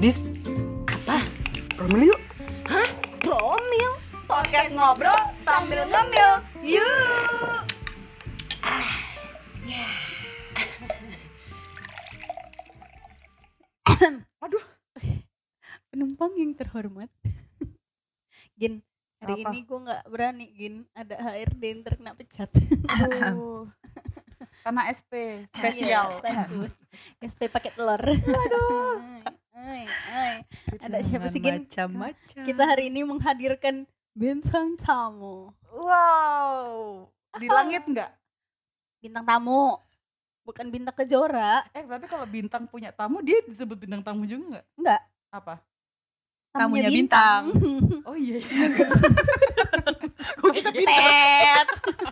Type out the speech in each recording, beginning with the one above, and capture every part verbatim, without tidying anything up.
Dis, Apa? promil yuk. Hah? Promil? Podcast ngobrol sambil ngemil. Yuk. Ah, ya. Aduh, Penumpang yang terhormat. Gin, hari Apa? ini gue nggak berani Gin, ada H R D yang terkena pecat. aduh. Karena S P spesial. Iya, takut. S P pakai telur. Aduh. Ay, ay. Ada siapa sih Gin? Macam-macam. Kita hari ini menghadirkan bintang tamu. Wow, di langit nggak? Bintang tamu, bukan bintang kejora. Eh tapi kalau bintang punya tamu dia disebut bintang tamu juga nggak? Enggak. Apa? Tamunya bintang. Oh iya. Kok kita Pet.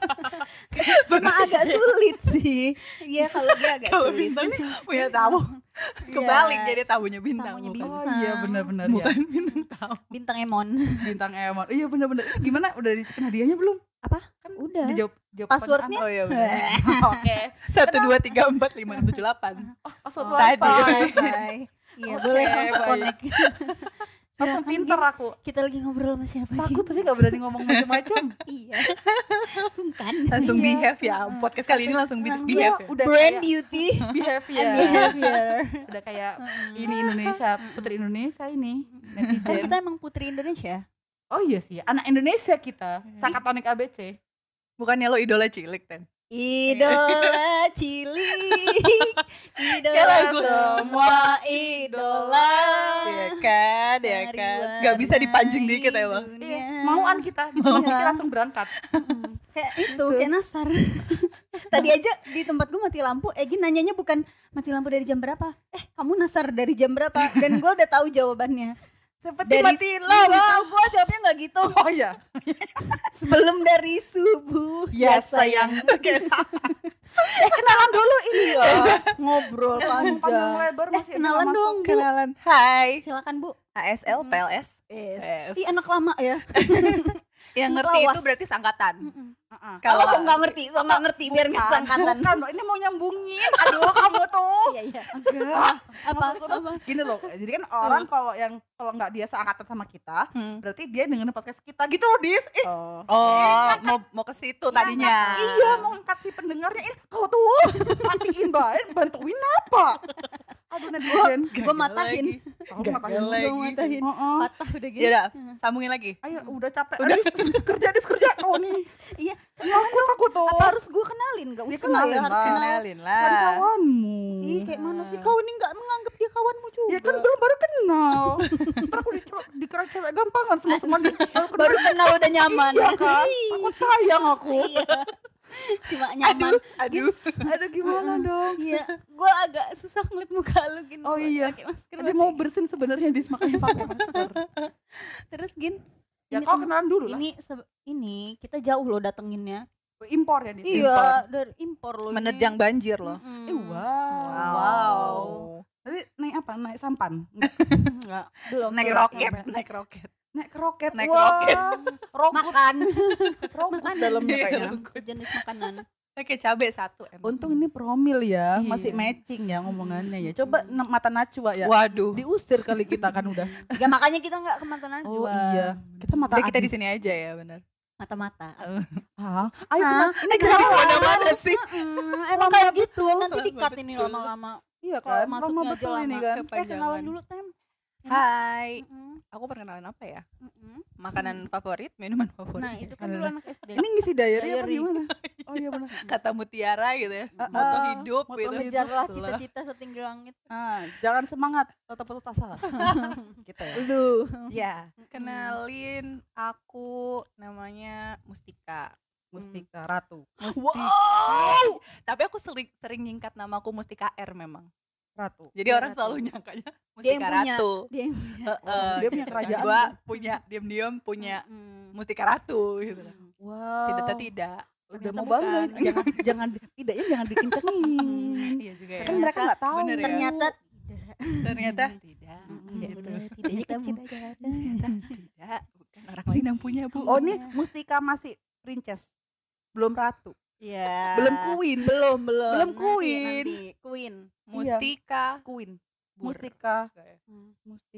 Memang agak sulit sih. Iya kalau dia agak Kalau sulit. bintang punya tamu. Kebalik jadi tamunya bintang. Tamunya bukan. Oh iya benar-benar ya. Bukan bintang tamu. Bintang Emon. Bintang Emon. Iya benar-benar. Eh, gimana? Udah disiapin hadiahnya belum? Apa? Kan Udah. dijawab jawab Passwordnya? Oh iya benar. Oke. Satu dua tiga empat lima enam tujuh delapan. Oh, password Oh, Tadi. wifi. Hai. Iya, Oke, boleh baik. langsung connect. Langsung Silakan, pinter Gin. aku. Kita lagi ngobrol sama siapa? Takut Gin? tapi gak berani ngomong macam-macam. Iya. Sungkan. Langsung Iya. behave ya. Podcast kali ini langsung be- Langsung. behave ya. Udah Brand kayak beauty behavior. and behavior. Udah kayak ini Indonesia, putri Indonesia ini. Kan Netizen. kita emang putri Indonesia. Oh iya sih, anak Indonesia kita. Sakatonik A B C. Bukannya lo idola cilik kan? Idola cilik, Kayak idola lagu. semua idola. Iya kan, ya Mari kan. Gak bisa dipancing warnai dikit ya bang. dunia. Iya, mauan kita. Disuruh Iya. kita langsung berangkat. Mm, kayak itu, kayak Nasar. Tadi aja di tempat gue mati lampu, Egi nanyanya bukan mati lampu dari jam berapa. Eh, kamu Nasar dari jam berapa? Dan gue udah tahu jawabannya. Seperti Dari mati Enggak, gue jawabnya nggak gitu. Oh iya. Sebelum dari subuh. Ya sayang. Eh kenalan dulu ini ya. Ngobrol Panjang panjang. lebar Eh, masih kenalan belum dong, Bu. Kenalan. Hai. Silakan, Bu. A S L P L S. Yes. Ih, anak lama ya. Yang Anak ngerti lawas. itu berarti sangkatan. Heeh. Kalau Kalau so nggak ngerti, so nggak ngerti biar nggak Bukan, sangkatan. bukan, Mbak. Ini mau nyambungin. Aduh, kamu tuh. Iya, iya. Enggak. Apa? Maksudku tuh Apa? gini loh. Jadi kan orang kalau yang kalau nggak dia seangkatan sama kita, Hmm. berarti dia dengerin podcast kita gitu loh, Dis. Ih, Oh. Oh, mau mau ke situ tadinya. iya, mau ngangkat si pendengarnya. Eh, kau tuh matiin bain, bantuin apa? Aduh, netizen. Gue matahin. Tahu Gagal matahin. lagi. Gue matahin. Heeh. Patah udah gitu. Ya udah, sambungin lagi. Ayo, udah capek. Udah kerja, Dis kerja kau nih. Iya. Takut aku tuh. Apa harus gue kenalin? Gak Dia usah lah kenalin ya, harus lah. kenal. Kenalin Kan lah. kawanmu. Ih, kayak mana sih kau ini nggak menganggap dia kawanmu juga? Ya kan belum baru kenal. Ntar aku dikira, dikira cewek gampangan semua-semua di, Baru kenal udah nyaman. Iya kan? Takut sayang aku. Iya. Cuma nyaman. Aduh. Aduh gimana dong? Iya, gue agak susah ngeliat muka lu gini. Oh iya. Pakai masker. Dia mau bersin sebenarnya Dis makanya pakai masker. Terus Gin. Ya ini kau tem- kenalan dulu lah. Ini se- ini kita jauh loh datenginnya. Impor ya Dis. Iya, dari impor loh. Menerjang banjir loh. Mm-mm. Eh, wow. Wow. Tadi naik apa? Naik sampan? Enggak, belum. Naik belum. roket, naik roket. Naik roket. Naik Wah. roket. Roket. Makan. Roket Makan. dalamnya Iya, kayaknya. roket. Jenis makanan. Oke, cabe satu emang. Untung ini promil ya, Iya. masih matching ya ngomongannya ya. Coba na- mata Najwa ya. Waduh. Diusir kali kita kan udah. Ya makanya kita enggak ke mata Najwa. Oh iya. Kita mata Udah kita di Adis. sini aja ya, benar. Mata-mata. Ah, ayo Hah? kenal. Ini kenalan. Mana sih? Mm, emang kayak gitu. Nanti dikat ini Betul. lama-lama. Iya Kalau kan, masuknya lama aja betul lama. ini kan. Eh Kepanjangan. kenalan dulu Tem. Hai. Mm-mm, Aku perkenalan apa ya? mm-mm. Makanan favorit, minuman favorit. Nah itu kan dulu anak S D. Ini ngisi diary apa Diary. gimana? Oh iya benar. Kata mutiara gitu ya. Ah, Moto ah, hidup moto gitu. hidup. Mengejarlah Itulah. cita-cita setinggi langit. Ah, jangan semangat, tetap putus asa. Gitu ya. Lu. Iya, Kenalin, aku namanya Mustika. Mustika Ratu. Mustika. Tapi aku sering sering nyingkat namaku Mustika R memang. Ratu. Jadi Iya, orang Ratu. selalu nyangkanya Dia Mustika yang punya. Ratu. Dia yang punya. Heeh. Dia punya kerajaan. Gua punya diam-diam punya Mm. Mustika Ratu gitu. Wow. Tidak tidak. Udah Ternyata mau bangga. bukan. ini. Jangan jangan tidak ya jangan dikencengin. Iya juga ya. Kan mereka nggak tahu. Bener ya. Ternyata Ternyata tidak. Mm, Gitu. bener, tidak kita bukan. Ternyata tidak. Bukan orang lain yang punya, Bu. Oh, ini Mustika masih princess. Belum ratu. Iya. Belum queen. Belum, belum. Belum Nanti, queen. nanti. Queen. Mustika. Queen. Bur. Mustika. Oke. Hmm.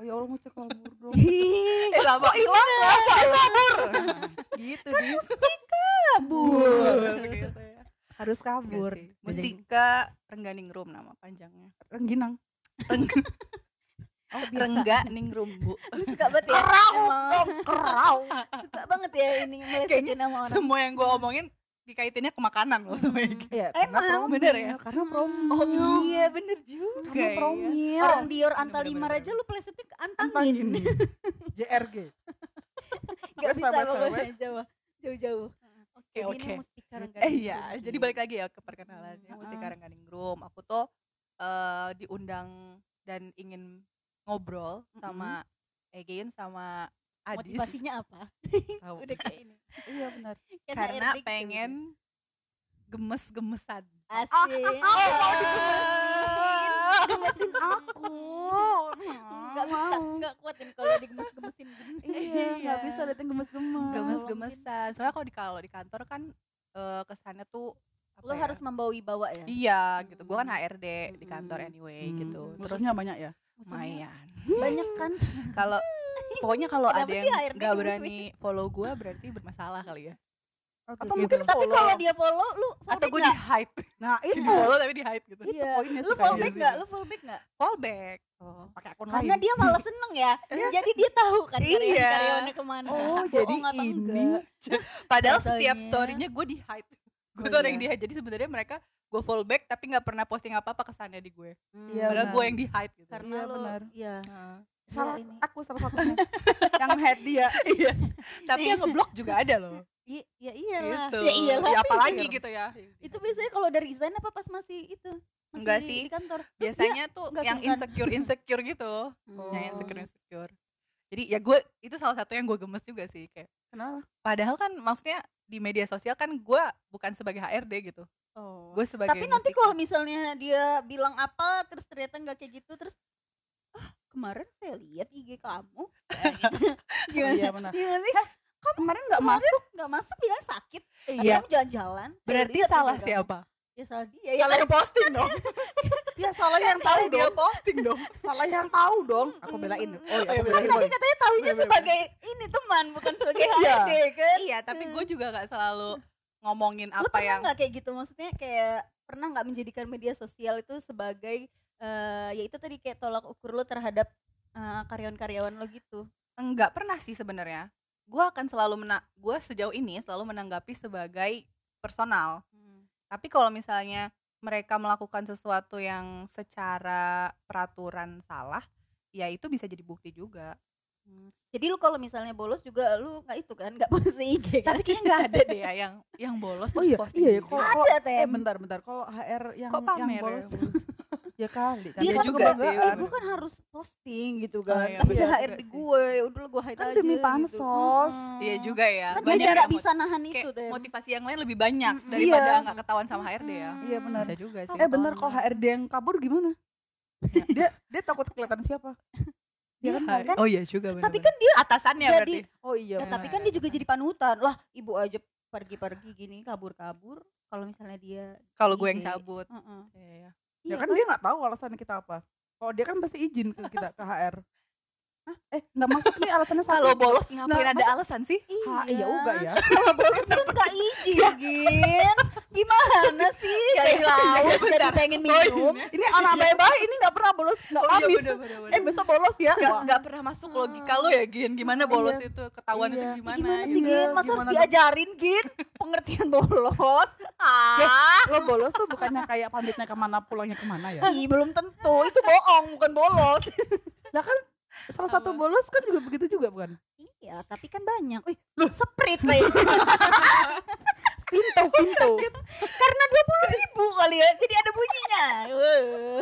ya Allah mesti kabur dong. Eh, lama hilang kabur. Gitu Kan di mesti kabur. gitu ya. harus kabur. Enggak sih. Mustika Rengganingrum nama panjangnya. Rengginang. Reng Oh, biasa. Rengganingrum, Bu. Lu suka banget ya emang. Kerau. Suka banget ya ini melesetin nama orang. Semua yang gue omongin dikaitinnya ke makanan loh sama Egi. Iya, Emang, karena promil. bener ya? Karena promil. Oh iya bener juga Karena ya. promil. Orang Dior Bener, Antalimar bener, aja lu plesetin ke Antangin. antangin. J R G. Gak Wes, bisa wes, pokoknya wes. Jawa. Jauh-jauh. Oke Jadi oke. ini Mustika Eh Rengganingrum. iya, jadi balik lagi ya ke perkenalannya. Hmm. Mustika Rengganingrum. Aku tuh eh, diundang dan ingin ngobrol sama Egin sama Adis Motivasinya apa? Tahu. Udah kayak ini. Iya benar. Kan karena H R D gitu. pengen gemes-gemesan. Asik. Oh, mau digemesin. Gemesin aku. Gak bisa, gak kuatin kalau digemes-gemesin gini. Iya, nggak bisa liatin gemes-gemes. Gemes-gemesan. Soalnya kalau di kalau di kantor kan eh, kesannya tuh apa Lo ya? harus membawa wibawa ya. Iya gitu. Gue kan H R D di Hmm. kantor anyway Hmm, gitu. Terus Musuhnya banyak ya. lumayan. Banyak kan. Kalau pokoknya kalau Kenapa ada sih yang H R D nggak gemes berani follow gue berarti bermasalah kali ya. Atau Gitu. mungkin Tapi follow. kalau dia follow lu Atau fallback gue di nggak? hide. Nah, Di itu follow tapi di hide gitu. Iya. poinnya Lu sih kayaknya fallback sih. nggak? Lu fallback nggak? Fallback. Oh, pakai akun Karena lain. dia malah seneng ya. Jadi dia tahu kan Iya. karyawan-karyawannya kemana. Oh, Bohong jadi apa ini. enggak. Padahal Katanya. setiap story-nya gue di hide. Gue Oh, tuh orang iya. yang di hide. Jadi sebenarnya mereka gue fallback tapi nggak pernah posting apa-apa kesannya di gue. Iya, Padahal benar. gue yang di hide gitu. Karena Iya, lu benar. iya. Nah, Salah ini. aku salah satunya. Yang head dia. iya. Tapi yang ngeblok juga ada loh. I- ya iyalah. Gitu. Ya iyalah. Ya apalagi gitu ya. Itu biasanya kalau dari resign apa pas masih itu? Masih Enggak di, sih. di kantor. Terus Biasanya tuh nggak yang sungkan. insecure insecure gitu. dia- Yang Oh. insecure insecure. Jadi ya gue itu salah satu yang gue gemes juga sih kayak. Kenapa? Padahal kan maksudnya di media sosial kan gue bukan sebagai H R D gitu. Oh. Gue sebagai Tapi nanti Mustika. kalau misalnya dia bilang apa terus ternyata nggak kayak gitu terus ah kemarin saya lihat I G kamu kayak gitu. Oh, Gimana? iya benar. Gimana sih? Kemarin nggak masuk. Nggak masuk bilang sakit. Iya. Iya. Kamu jalan-jalan. Saya Berarti lihat salah I G kamu. siapa? Ya salah dia. Ya Salah kan? yang posting dong. Ya salah yang tahu Salah dia dong. posting dong. Salah yang tahu dong. Aku belain. Oh iya, Oh, iya, aku Kan belain. tadi Boy. katanya tahunya Bener, bener, sebagai ini teman bukan sebagai H Iya. R D kan. Iya, tapi gue juga gak selalu ngomongin Lu apa pernah yang nggak kayak gitu maksudnya kayak pernah nggak menjadikan media sosial itu sebagai eh ya itu tadi kayak tolak ukur lu terhadap eh, karyawan-karyawan lo gitu. enggak pernah sih sebenarnya. Gue akan selalu mena gue sejauh ini selalu menanggapi sebagai personal. Tapi kalau misalnya mereka melakukan sesuatu yang secara peraturan salah, ya itu bisa jadi bukti juga. Hmm. Jadi lu kalau misalnya bolos juga lu nggak itu kan nggak posting I G kan? Tapi kayaknya nggak ada deh ya yang yang bolos Oh terus iya, posting iya ya. gitu. Kalau Ada, kalau- Tem. eh bentar bentar. Kalau H R yang Kok pamer yang ya? bolos ya kali kan. Dia Iya kan juga sih, kebanggaan, bener. gue kan harus posting gitu Oh, kan. iya, Tapi bener H R juga di sih. gue, udah lah gue hide Kan aja demi gitu. pansos. Mm-mm. Iya juga ya. Kan Banyak dia yang nggak mot- bisa nahan kayak itu Tem. motivasi yang lain lebih banyak Mm-mm. daripada Iya. nggak ketahuan sama H R D ya. Mm-mm. Iya benar. Bisa juga sih. Eh benar kalau H R D yang kabur gimana? dia dia takut kelihatan siapa? Dia kan Hai. kan- Oh iya juga benar. Tapi kan dia atasannya jadi berarti. oh iya. eh, benar. tapi kan dia juga jadi panutan. Lah, ibu aja pergi-pergi gini kabur-kabur kalau misalnya dia Kalau gue yang ide. cabut. Heeh. Iya, iya. Ya Iya kan dia nggak tahu alasannya kita apa. Kalau dia kan pasti izin ke kita ke H R. Hah? Eh nggak masuk nih alasannya sakit. Kalau bolos ngapain Nah, ada alasan sih? Ha, iya juga ya. Kalau bolos kan gak izin, Gin. Gimana sih? Dari laut, dari pengen minum. Ini anak baik-baik ini nggak pernah bolos, nggak Oh iya pamit. bener bener Eh besok bolos ya. Gak, Wah. gak pernah masuk logika lo ya Gin. Gimana bolos Iya. itu ketahuan Iya. itu Ih, gimana? Gimana sih, Iya, Gin? Masa harus gimana diajarin, Gin? Pengertian bolos. Ah, Lo bolos tuh bukannya kayak pamitnya kemana pulangnya kemana ya? ih, belum tentu. Itu bohong, bukan bolos. Lah kan salah satu Apa? bolos kan juga begitu juga bukan? Iya, tapi kan banyak. Wih, seprit lagi. Pintu pintu. Karena dua puluh ribu kali ya, jadi ada bunyinya. Wah.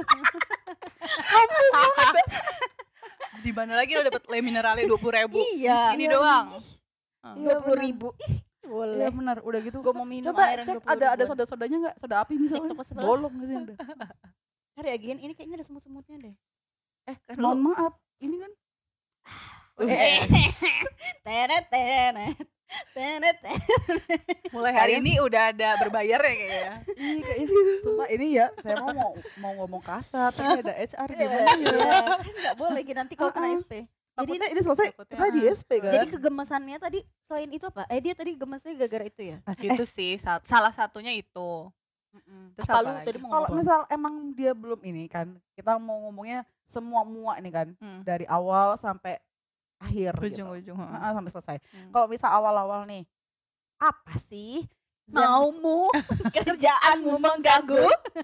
Di mana lagi lo dapet le mineralnya dua puluh ribu? Iya. Ini doang. Dua puluh ribu. Ih, Iya boleh. benar, udah gitu Gue mau minum coba air yang cek dua puluh ada ada ribuan. soda-sodanya nggak? Soda api misalnya. toko sebelah. Bolong gitu udah. Ntar ya, Gin, ini kayaknya ada semut-semutnya deh. Eh, Kan mohon maaf. Ini kan Tenet, tenet. Tenet. Mulai hari ini udah ada berbayar ya kayaknya. Iya kayaknya sumpah ini ya saya mau mau, mau ngomong kasar tapi ada H R gimana ya? Iya, kan nggak boleh gitu nanti kalau kena S P. Jadi Takutnya ini selesai takutnya, kita di S P kan. jadi kegemesannya tadi selain itu apa? Eh dia tadi gemesnya gara-gara itu ya. Gitu sih, sa- salah satunya itu. Terus Apa apa lu lagi? tadi mau Kalau ngomong apa? misal emang dia belum ini kan, kita mau ngomongnya semua mua nih kan, Hmm. dari awal sampai akhir gitu. Ujung-ujung. heeh. Heeh, sampai selesai. Hmm. Kalau misal awal-awal nih, apa sih yang Maumu kerjaanmu mengganggu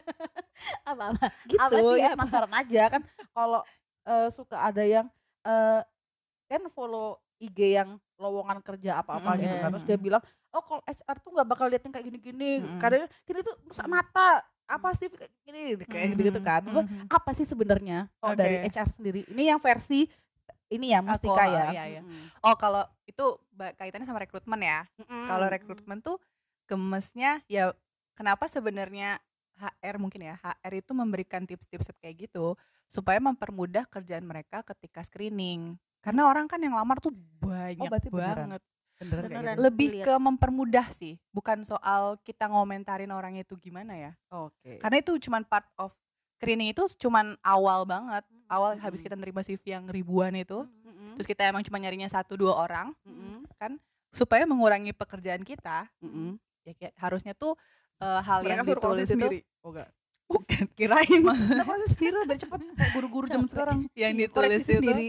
apa-apa gitu apa sih ya. penasaran aja kan kalau eh, suka ada yang eh, kan follow I G yang lowongan kerja apa-apa Mm-mm. gitu kan, terus dia bilang oh kalau H R tuh nggak bakal liatin kayak gini-gini, Mm-mm. kadang gini tuh rusak mata apa sih kayak gini kayak gitu-gitu kan. Gua, Mhm. apa sih sebenarnya kalau Oke. dari H R sendiri ini yang versi ini ya Mustika Aku, ya. iya, iya. Mm-mm. Oh kalau itu ba- kaitannya sama rekrutmen ya. Mm-mm. Kalau rekrutmen tuh gemesnya ya kenapa sebenarnya H R mungkin ya H R itu memberikan tips-tips kayak gitu supaya mempermudah kerjaan mereka ketika screening. Karena orang kan yang lamar tuh banyak berarti beneran. banget. beneran kayak Beneran. gitu. Lebih Dilihat. ke mempermudah sih, bukan soal kita ngomentarin orangnya itu gimana ya. Oke. Karena itu cuman part of screening itu cuman awal banget. Awal Mm-mm. habis kita nerima C V yang ribuan itu, Mm-mm. terus kita emang cuma nyarinya satu dua orang Mm-mm. supaya mengurangi pekerjaan kita. Mm-mm. Ya kayak harusnya tuh eh, hal Mereka yang suruh ditulis proses itu sendiri. Oh enggak. bukan Kirain. Kita proses sendiri biar cepet kayak guru-guru zaman Capek. sekarang. yang Iya, ditulis koreksi itu sendiri.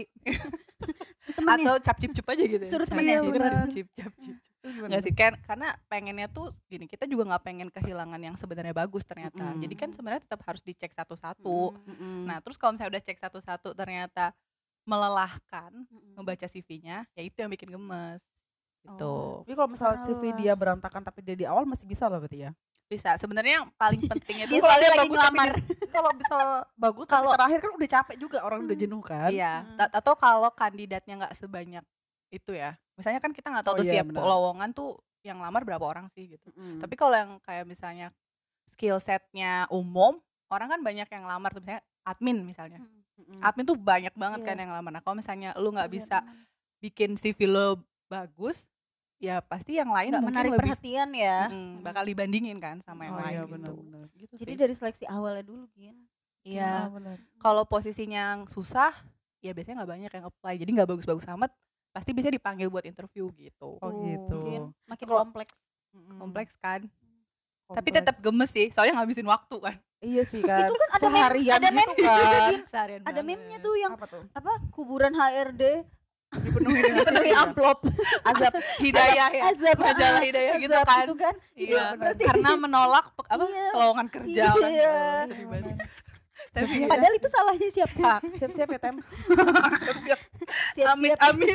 Temennya. atau cap cip cup aja gitu. Suruh Cap temennya, cip, beneran. cap cip, cap cip. Nggak sih kan karena pengennya tuh gini, kita juga nggak pengen kehilangan yang sebenarnya bagus ternyata. Mm-mm. Jadi kan sebenarnya tetap harus dicek satu-satu. Mm-mm. Nah, terus kalau misalnya udah cek satu-satu ternyata melelahkan ngebaca C V-nya, ya itu yang bikin gemes. Gitu. Oh. Tapi kalau misalnya C V Parah. dia berantakan tapi dia di awal masih bisa lah berarti ya. Bisa. Sebenarnya yang paling penting itu Dia Kalau soalnya dia lagi bagus ngelamar. tapi dia- Kalau bisa bagus tapi Kalau- terakhir kan udah capek juga orang udah jenuh kan. iya, Hmm. Ta- atau kalau kandidatnya nggak sebanyak itu ya. Misalnya kan kita nggak tahu Oh tuh iya, setiap benar. lowongan tuh yang lamar berapa orang sih gitu. Mm-mm. Tapi kalau yang kayak misalnya skill setnya umum, orang kan banyak yang lamar tuh misalnya admin misalnya. Mm-mm. Admin tuh banyak banget Iya. kan yang lamar. Nah, kalau misalnya lu nggak Iya, bisa benar. bikin C V lo bagus, ya pasti yang lain Nggak mungkin menarik lebih perhatian ya. Mm, bakal dibandingin kan sama yang Oh lain iya, gitu. benar-benar. Gitu Jadi sih. dari seleksi awalnya dulu Gin. Iya. Ah, benar. Kalau posisinya yang susah, ya biasanya nggak banyak yang apply. Jadi nggak bagus-bagus amat. Pasti bisa dipanggil buat interview gitu. Oh, gitu. Gin. Makin Kalau- kompleks. Mm-mm. Kompleks kan. Tapi Kompleks. tetap gemes sih, soalnya ngabisin waktu kan. Iya sih kan. Itu kan ada mem- seharian ada gitu meme juga, kan. Gin. Seharian Ada banget. meme-nya tuh yang Apa tuh? apa? Kuburan H R D Dipenuhi dengan penuhi C V ya? amplop. Azab. Hidayah ya. Azab. Majalah Hidayah gitu Azab kan. Itu kan. Iya, berarti- karena menolak pe- apa Iya. lowongan kerja kan. Iya. Sedih banget. Tapi Siap-siap. Padahal itu salahnya siapa? Siap-siap ya Tem. siap-siap. Siap-siap. Amit amit.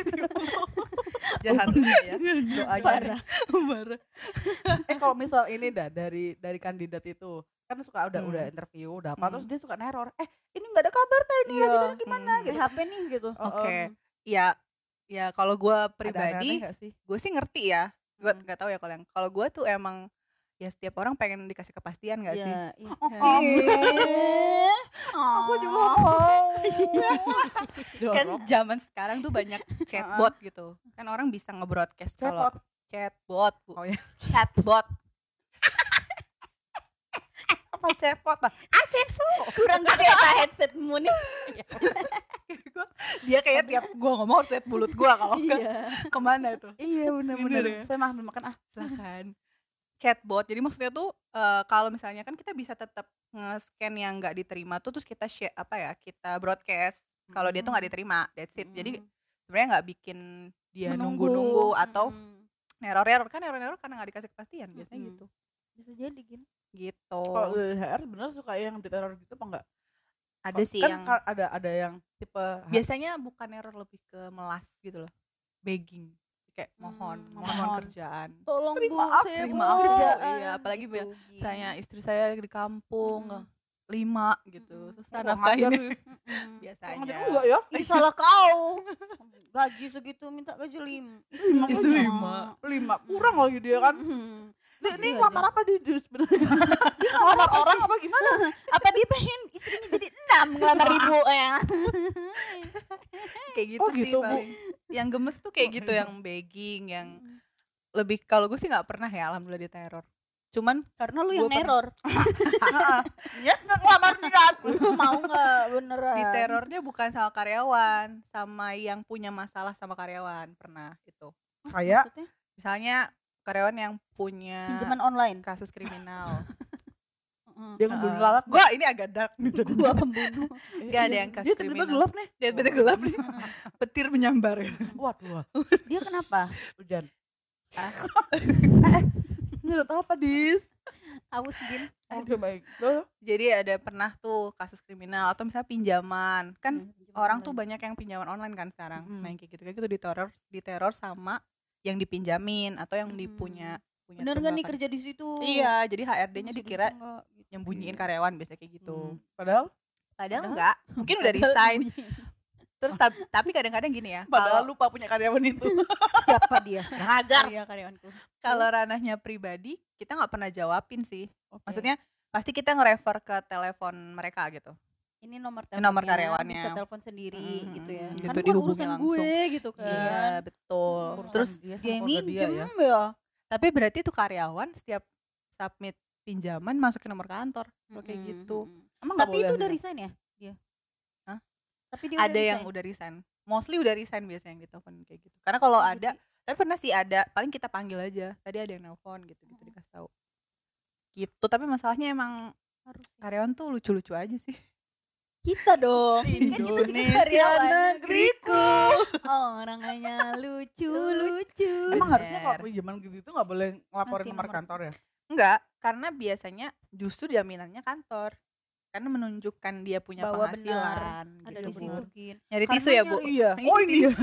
Jahat ya. Doanya. Parah. Marah. Eh kalau misal ini dah dari dari kandidat itu kan suka udah Hmm. udah interview udah apa Hmm. terus dia suka neror. Eh ini nggak ada kabar tadi ini Iya. lagi gimana Hmm. gitu. H P nih gitu. Oke. Ya, ya kalau gue Ada pribadi, aneh-aneh nggak sih? gue sih ngerti ya. Gue Hmm. nggak tahu ya kalau yang kalau gue tuh emang ya setiap orang pengen dikasih kepastian gak sih? Iya, iya. Oh, Ya. Ih. aku juga Oh. mau. Kan zaman sekarang tuh banyak chatbot gitu. Kan orang bisa nge-broadcast kalau Chatbot. chatbot, Bu. Oh ya. Chatbot. Apa cepot lah. Kurang gede apa headsetmu nih. Dia kayak tiap gue ngomong harus lihat mulut gue kalau enggak Iya. kemana itu. Iya benar-benar. Bener ya? Saya mah makan ah. Silahkan. Chatbot, jadi maksudnya tuh eh, kalau misalnya kan kita bisa tetap nge-scan yang nggak diterima tuh terus kita share apa ya, kita broadcast kalau dia tuh nggak diterima, that's it. Jadi sebenarnya nggak bikin dia Menunggu. nunggu-nunggu atau Mm. neror-neror, kan neror-neror karena nggak dikasih kepastian biasanya Mm-mm. gitu. Bisa jadi Gin. Gitu. Kalau dari H R benar suka yang diteror gitu apa enggak? Ada sih kan yang ka- ada ada yang tipe biasanya bukan error, lebih ke melas gitu loh, begging, kayak mohon, Hmm, mohon mohon. kerjaan. Tolong Terima Bu, aku, saya terima mau aku. kerjaan. Iya, apalagi Gitu, bilang, Gin. Misalnya istri saya di kampung Mm-mm. lima gitu, Mm-mm. terus Kurang nafkahin ajar. Mm-mm. biasanya. Ngajar enggak ya? Ih, salah kau. Gaji segitu minta gaji lim. Lima. Istri lima. Lima kurang lagi dia kan. Mm. Dia ini Iya, ngelamar apa dia dia sebenarnya? Dia ngelamar orang apa gimana? Apa dia pengen istrinya jadi enam ngelamar ibu ya? Kayak gitu Oh, sih gitu, Bu. paling. Yang gemes tuh kayak Oh, gitu, iya. yang begging, yang lebih kalau gue sih nggak pernah ya alhamdulillah diteror. Cuman Karena lu yang Gua neror. Ya nggak ngelamar nih aku. Lu mau nggak beneran? diterornya bukan sama karyawan, sama yang punya masalah sama karyawan pernah itu. Kayak Maksudnya Misalnya karyawan yang punya pinjaman online. kasus kriminal. dia ngebunuh lalat. Gua ini agak dark nih jadi. Gua pembunuh. Gak ada yang kasus Dia tiba-tiba kriminal. gelap nih. Dia betul gelap nih. Petir menyambar. Waduh, Dia kenapa? hujan. Nyedot apa, Dis? Aus Din. Oke, baik. Loh, Jadi ada pernah tuh kasus kriminal atau misalnya pinjaman. Kan Hmm, pinjaman orang tuh online. banyak yang pinjaman online kan sekarang. Mm-mm. Nah, yang kayak gitu kayak gitu diteror, diteror sama yang dipinjamin atau yang Mm-mm. dipunya punya Bener nggak nih tunggakan. kerja di situ? Iya, jadi H R D-nya Masuk dikira enggak, gitu. nyembunyiin karyawan biasanya kayak gitu. Hmm. Padahal Padahal Padahal- enggak, mungkin udah resign. Terus tab- tapi kadang-kadang gini ya, padahal kalau lupa punya karyawan itu. Siapa dia? Ngajar. Iya karyawanku. kalau ranahnya pribadi kita nggak pernah jawabin sih. Oke. Maksudnya pasti kita nge-refer ke telepon mereka gitu. Ini nomor Ini nomor teleponnya, karyawannya. bisa telepon sendiri Mm-mm, gitu ya. gitu, Kan bukan dihubungi urusan langsung. gue gitu kan. Iya, betul. Urusan Terus dia sama Dia yang keluarga minjem ya. ya. tapi berarti tuh karyawan setiap submit pinjaman masukin nomor kantor kalau kayak Mm-mm, gitu. mm-mm. Emang nggak Tapi boleh itu udah gitu? resign ya dia? Hah? Tapi dia Ada udah yang resign? udah resign. Mostly udah resign biasanya yang ditelepon kayak gitu. Karena kalau Oh, ada, jadi- tapi pernah sih ada, paling kita panggil aja. Tadi ada yang nelpon gitu-gitu dikasih tahu. Gitu, tapi masalahnya emang harus ya. karyawan tuh lucu-lucu aja sih. Kita dong. Kan kita juga Indonesia karyawan negeriku. Orangnya lucu-lucu. Emang Bener. harusnya kalau pinjaman gitu itu nggak boleh ngelaporin Ngasih nomor nomor. kantor ya? Enggak, karena biasanya justru jaminannya kantor. Karena menunjukkan dia punya Bahwa penghasilan benar ada gitu. di situ Bu. Gin. Nyari Karena tisu ya, Bu? nyari- Iya. Ini Oh ini ya.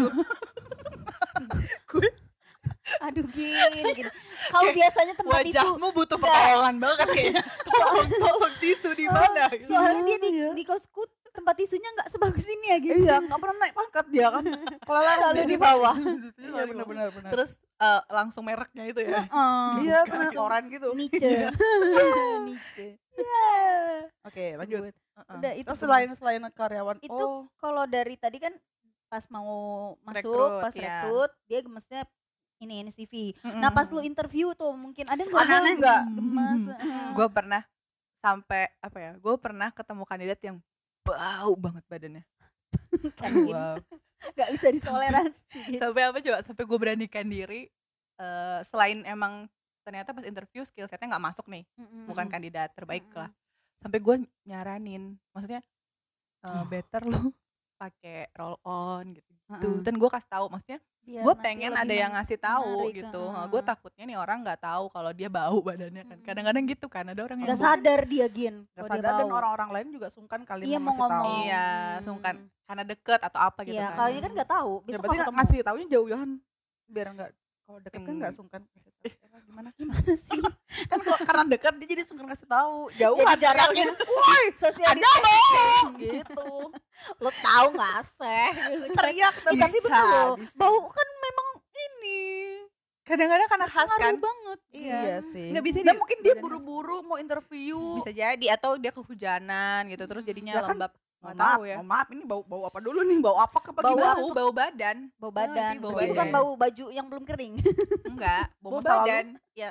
Aduh Gin, Gin. Kalau biasanya tempat tisu butuh Nggak. pertolongan banget kayaknya. Tolong, tolong tisu di mana? gitu. soalnya dia di, Iya. di kosku tempat tisunya nggak sebagus ini ya gitu. Iya, nggak pernah naik pangkat dia kan. Kalau Selalu di bawah. Iya benar-benar benar. Terus eh, langsung mereknya itu ya. Oh, Iya benar koran gitu. Nietzsche. Nietzsche. Oke, lanjut. Heeh. Udah itu Terus selain selain karyawan Itu oh, kalau dari tadi kan pas mau masuk, Rekrut, pas ya. rekrut, dia mestinya ini ini C V. Mm-mm. Nah, pas lu interview tuh mungkin ada nggak Aneh-aneh yang nggak? gemas? Gue pernah sampai apa ya? Gue pernah ketemu kandidat yang bau banget badannya. Kan wow. nggak bisa ditoleransi. Sampai apa coba? Sampai gue beranikan diri. eh, selain emang ternyata pas interview skill setnya nggak masuk nih, bukan kandidat terbaik lah. Sampai gue nyaranin, maksudnya eh, better lu pakai roll on gitu. Heeh. Dan gue kasih tahu, maksudnya Biar gue nanti pengen lebih ada yang men- ngasih tahu menarik, gitu. heeh. Gue takutnya nih orang nggak tahu kalau dia bau badannya kan. Kadang-kadang gitu kan, ada orang yang nggak bau. sadar dia Gin. Gak kalau dia sadar dan bau. orang-orang lain juga sungkan kali Iya, mau mau ngasih tahu. ngomong. Iya, Hmm. sungkan karena deket atau apa gitu Iya, kan. kali ini kan nggak tahu. Ya Besok berarti kalau nggak ketemu. ngasih taunya jauh-jauhan biar nggak kalau deket kan Hmm. nggak sungkan kasih tahu. Ya, gimana? Gimana sih? Kan kalau karena dekat dia jadi sungkan kasih tahu. Jauh Jadi kan jaraknya, woi, Sosial ada bau gitu. lo tahu nggak sih? Teriak Ih, tapi Bisa, betul loh. bisa. Bau kan memang ini Kadang-kadang karena khas kan. ngaruh banget. Iya sih. Nggak bisa Dan di- mungkin dia badannya buru-buru mau interview. Bisa jadi atau dia kehujanan gitu terus jadinya Ya kan, lembab. Mohon Nggak maaf, tahu ya. mohon maaf ini bau bau apa dulu nih? Bau apa ke pagi Bau bau? Bau, bau badan. Bau Iya nggak badan. sih, bau Berarti bukan badan. bau baju yang belum kering. Enggak, Bau bau masa lalu. badan. Ya,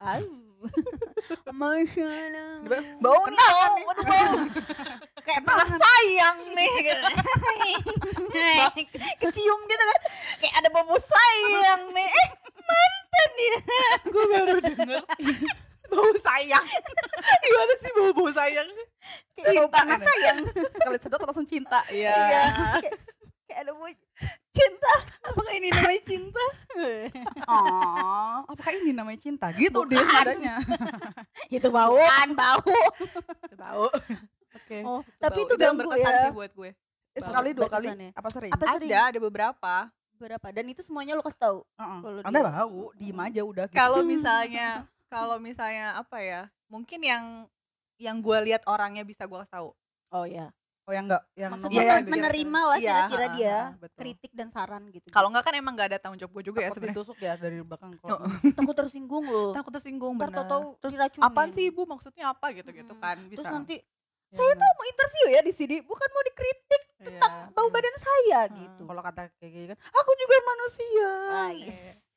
Masya Allah. Bau nih, bau. Waduh, bau. Kayak pernah sayang nih. Kecium gitu kan. Kayak ada bau sayang nih. Eh, mantan dia. Gue baru denger. bau sayang. Gimana sih bau bau sayang? Kayak bau pernah sayang. Sekali sedot langsung cinta. Iya. Iya. Kayak- Kayak ada bau cinta. Apakah ini namanya cinta? Oh, apakah ini namanya cinta? Gitu deh nadanya. Itu bau. Kan bau. Itu bau. Oke. Oh, tapi Bau. itu yang ganggu berkesan ya. sih buat gue. Eh, sekali dua kali Batasannya. apa sering? Apa sering? Ada, ada beberapa. Berapa? Dan itu semuanya lo kasih tahu. Heeh. Kalau Anda dia- bau, diem aja udah. Gitu. Kalau misalnya kalau misalnya apa ya? Mungkin yang yang gue lihat orangnya bisa gue kasih tahu. Oh ya. Oh yang enggak, yang Maksudnya Iya, men- iya, menerima lah Iya, kira-kira ha, dia ha, betul. kritik dan saran gitu. Kalau enggak kan emang nggak ada tanggung jawab gue juga ya takut sebenarnya. ditusuk ya dari belakang. Kalau takut tersinggung loh. Takut tersinggung Ntar benar. tahu Terus diracunin. apaan sih ibu maksudnya apa gitu-gitu Mm-mm. kan bisa. Terus nanti Ya, saya benar. tuh mau interview ya di sini, bukan mau dikritik tentang Iya. bau badan saya Hmm. gitu. kalau kata kayak gini kan, aku juga manusia. Nice.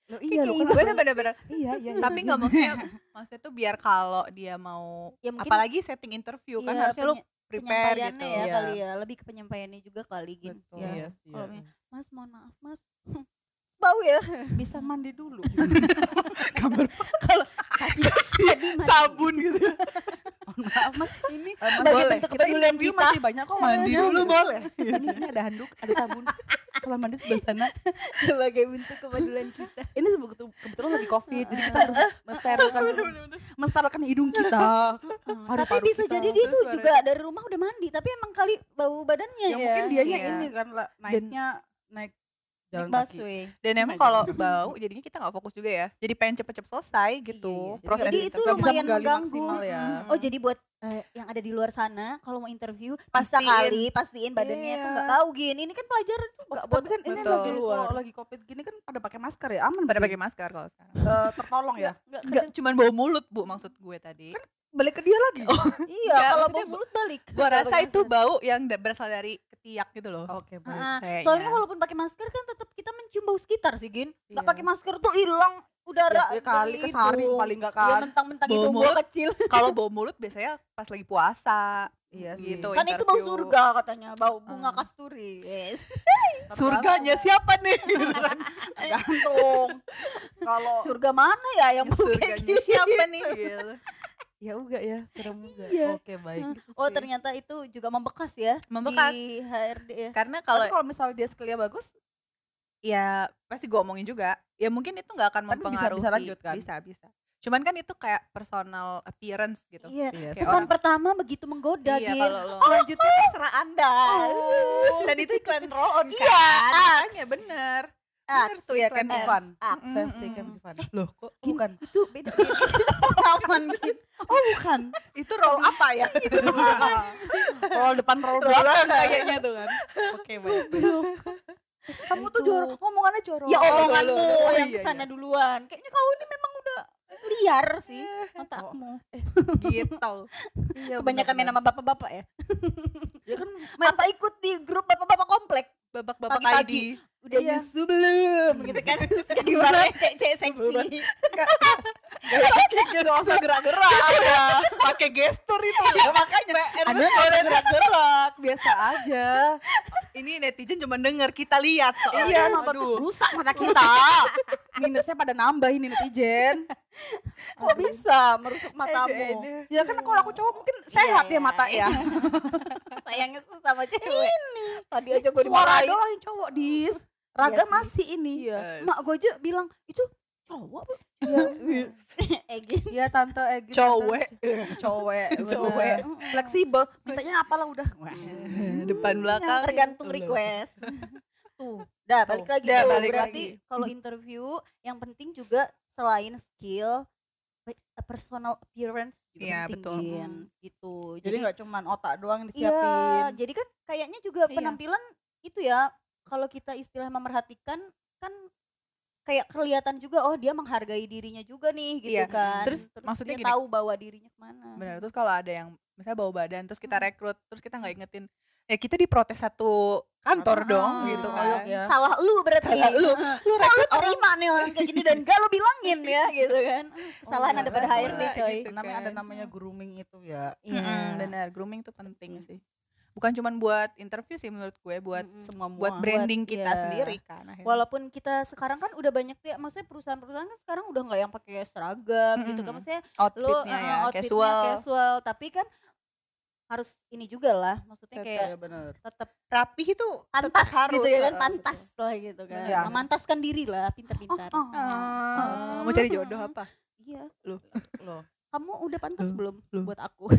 Loh, iya loh, Kayak kenapa? Bener-bener. Iya, iya. iya. Tapi nggak maksudnya, maksudnya tuh biar kalau dia mau, Ya mungkin apalagi setting interview kan iya, harusnya lu penye- prepare penyampaiannya gitu. ya Iya. kali ya, lebih ke penyampaiannya juga kali gitu. Betul. Ya. Iya sih, Kalau iya. mi- Mas mohon maaf Mas, bau ya. Bisa mandi dulu. Gambar Kalau tadi tadi mandi. sabun gitu. Mohon maaf Mas, ini Sebagai boleh. bentuk Kita kepedulian interview kita. masih banyak kok. Mandi waktunya. dulu boleh. Ini, ini ada handuk, ada sabun. Kalau mandi sebelah sana. Sebagai bentuk kepedulian kita. Ini sebetulnya kebetulan lagi covid, jadi kita harus mensterilkan mensterilkan hidung kita. Tapi Paru-paru bisa kita. jadi dia tuh Terus juga dari rumah udah mandi, tapi emang kali bau badannya Ya ya. mungkin dianya Iya. ini kan lah, naiknya naik jalan Naik kaki. busway. Dan emang kalau bau jadinya kita nggak fokus juga ya. Jadi pengen cepet-cepet selesai gitu. Iya. Proses Jadi interview. itu Nggak bisa lumayan menggali mengganggu. maksimal ya. Mm. Oh jadi buat eh, yang ada di luar sana kalau mau interview bisa Pastiin. kali pastiin badannya tuh Iya. nggak bau gini. Ini kan pelajaran Oh, juga tapi kan ini Betul. lagi kalau lagi covid gini kan pada pakai masker ya, aman. Pada berarti? pakai masker kalau sekarang. Eh, tertolong ya. Enggak cuman bau mulut bu maksud gue tadi. Balik ke dia lagi. Iya, Nggak, kalau maksudnya bau mulut balik. Gue rasa itu bau yang da- berasal dari ketiak gitu loh. Oke, baik. Ah, kayaknya. soalnya walaupun pakai masker kan tetap kita mencium bau sekitar sih, Gin. Nggak Iya. pakai masker tuh hilang udara Ya, ya kali dari ke sehari hidung. paling nggak Ya kan. mentang-mentang Bau hidung mulut. gua kecil. Kalau bau mulut biasanya pas lagi puasa. Iya sih. Gitu. Kan itu bau interview. surga katanya, bau bunga Ah. kasturi. Yes. Surganya siapa nih? Gantung. Kalau Surga mana ya yang bau kayak Surganya gitu? siapa nih? Gitu. ya uga ya, serem juga. Iya. Oke, baik. Gitu Oh sih. ternyata itu juga membekas ya Membekas. di H R D ya. Karena Kalau kalau kalau misalnya dia skill-nya bagus, ya pasti gue omongin juga. Ya mungkin itu nggak akan Tapi bisa- mempengaruhi. bisa lanjut kan? Bisa bisa. Cuman kan itu kayak personal appearance gitu. Iya. iya. Kayak Kesan orang- pertama begitu menggoda, Iya, Gin. kalau lo- Selanjutnya terserah Anda. Oh, dan itu iklan roll on kan? Iya, Makanya bener. Ah, Bener tuh Iya, iklan kan F. Ivan. Ah. Safety Mm-mm. kan Ivan. Loh kok Bukan. Itu beda. Gin. Aman, Gin. Oh bukan. itu roll apa ya? Roll depan, roll belakang kayaknya tuh kan. Oke, baik. Kamu tuh Itu. jorok, ngomongannya jorok. Ya Oh, omonganmu oh, yang iya, kesana iya. duluan. Kayaknya kau ini memang udah liar sih otakmu. gitu. Iya, Kebanyakan main benar-benar. sama bapak-bapak ya. Ya kan Apa ikut di grup bapak-bapak komplek? Babak-babak Pagi-pagi. I D. Udah Iya. nyusu belum gitu kan. Gimana cek-cek seksi. gak usah gerak-gerak ya. Pakai gestur itu. Ya makanya ada yang gerak-gerak biasa aja. Ini netizen cuma denger, kita lihat soalnya. Iya, nonton Aduh. rusak mata kita. Minusnya pada nambah ini netizen. Kok bisa merusak matamu? Aduh, aduh. Ya kan kalau aku cowok mungkin sehat Iya, ya mata ya. Sayangnya tuh sama cewek. Tadi aja gue Suara dimarahin. doang yang cowok dis. Raga Iya sih. masih ini. Iya. Eh. Mak gue aja bilang itu cowok bu. Iya. Egi. Iya tante Egi. Cowek. Cowek. Cowek. bener. Fleksibel. Mintanya apalah udah. Depan belakang. Tergantung Loh. request. Tuh. Dah balik lagi. Dah, tuh. balik Berarti lagi. kalau interview yang penting juga selain skill personal appearance juga Iya, penting betul. Gin. Gitu. Jadi nggak cuma otak doang yang Iya, disiapin. jadi kan kayaknya juga Iya. penampilan itu ya kalau kita istilah memerhatikan kan kayak kelihatan juga oh dia menghargai dirinya juga nih gitu Iya. kan. Terus maksudnya dia gini. tahu bawa dirinya kemana. Benar, terus kalau ada yang misalnya bawa badan terus kita Hmm. rekrut terus kita nggak ingetin ya kita diprotes satu kantor Ah, dong Ah, gitu oh, kan. iya. Salah lu berarti. Salah lu. Lu rekrut terima nih orang kayak gini dan gak lu bilangin ya gitu kan. Kesalahan iya, ada pada benar. H R D coy. Gitu Namanya kan. ada namanya grooming itu ya. Iya. Mm-mm, benar, grooming tuh penting sih. Bukan cuma buat interview sih menurut gue, buat Mm-mm. Semua buat branding Buat- kita iya. sendiri kan akhirnya. Walaupun kita sekarang kan udah banyak ya, maksudnya perusahaan-perusahaan kan sekarang udah nggak yang pakai seragam gitu kan, Mm-mm. maksudnya lo outfitnya uh, ya outfitnya casual, casual, tapi kan harus ini juga lah, maksudnya kayak ya benar. tetap rapih itu pantas tetap harus gitu ya kan, uh, pantas lah gitu kan, Iya. memantaskan diri lah, pintar-pintar. Oh, Ah, mau cari jodoh apa? Iya, loh. kamu udah pantas Loh, belum loh. buat aku?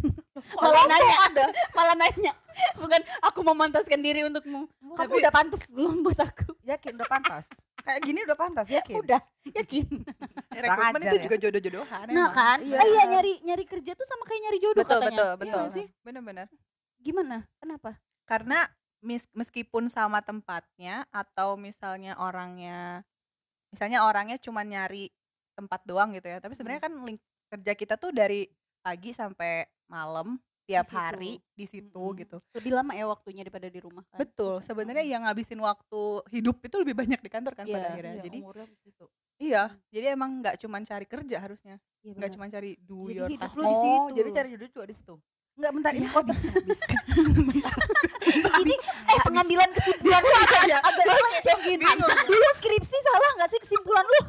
malah nanya ada, malah nanya, bukan aku memantaskan diri untukmu. Kamu Tapi- udah pantas belum buat aku? Yakin udah pantas. Kayak gini udah pantas yakin. Udah, yakin. Rekrutmen ajar itu ya. juga jodoh-jodohan. Nah emang. kan, Iya. ah, iya nyari nyari kerja tuh sama kayak nyari jodoh betul katanya. betul Iya betul. nggak sih? Benar-benar. Gimana? Kenapa? Karena mis- meskipun sama tempatnya atau misalnya orangnya misalnya orangnya cuma nyari tempat doang gitu ya, tapi sebenarnya kan link kerja kita tuh dari pagi sampai malam tiap Di situ. hari di situ Mm-mm. gitu. Lebih lama ya waktunya daripada di rumah kan. Betul, sebenarnya yang ngabisin waktu hidup itu lebih banyak di kantor kan Iya, pada akhirnya. Iya, Jadi umurnya di situ. iya, jadi emang nggak cuma cari kerja harusnya, Iya, nggak benar. cuma cari do Jadi your hidup task. lu di situ. Oh, jadi cari jodoh juga di situ. Enggak, bentar ini kok bisa bisa. Ini eh pengambilan kesimpulan lu agak agak melenceng gini. Lu skripsi salah nggak sih kesimpulan lu?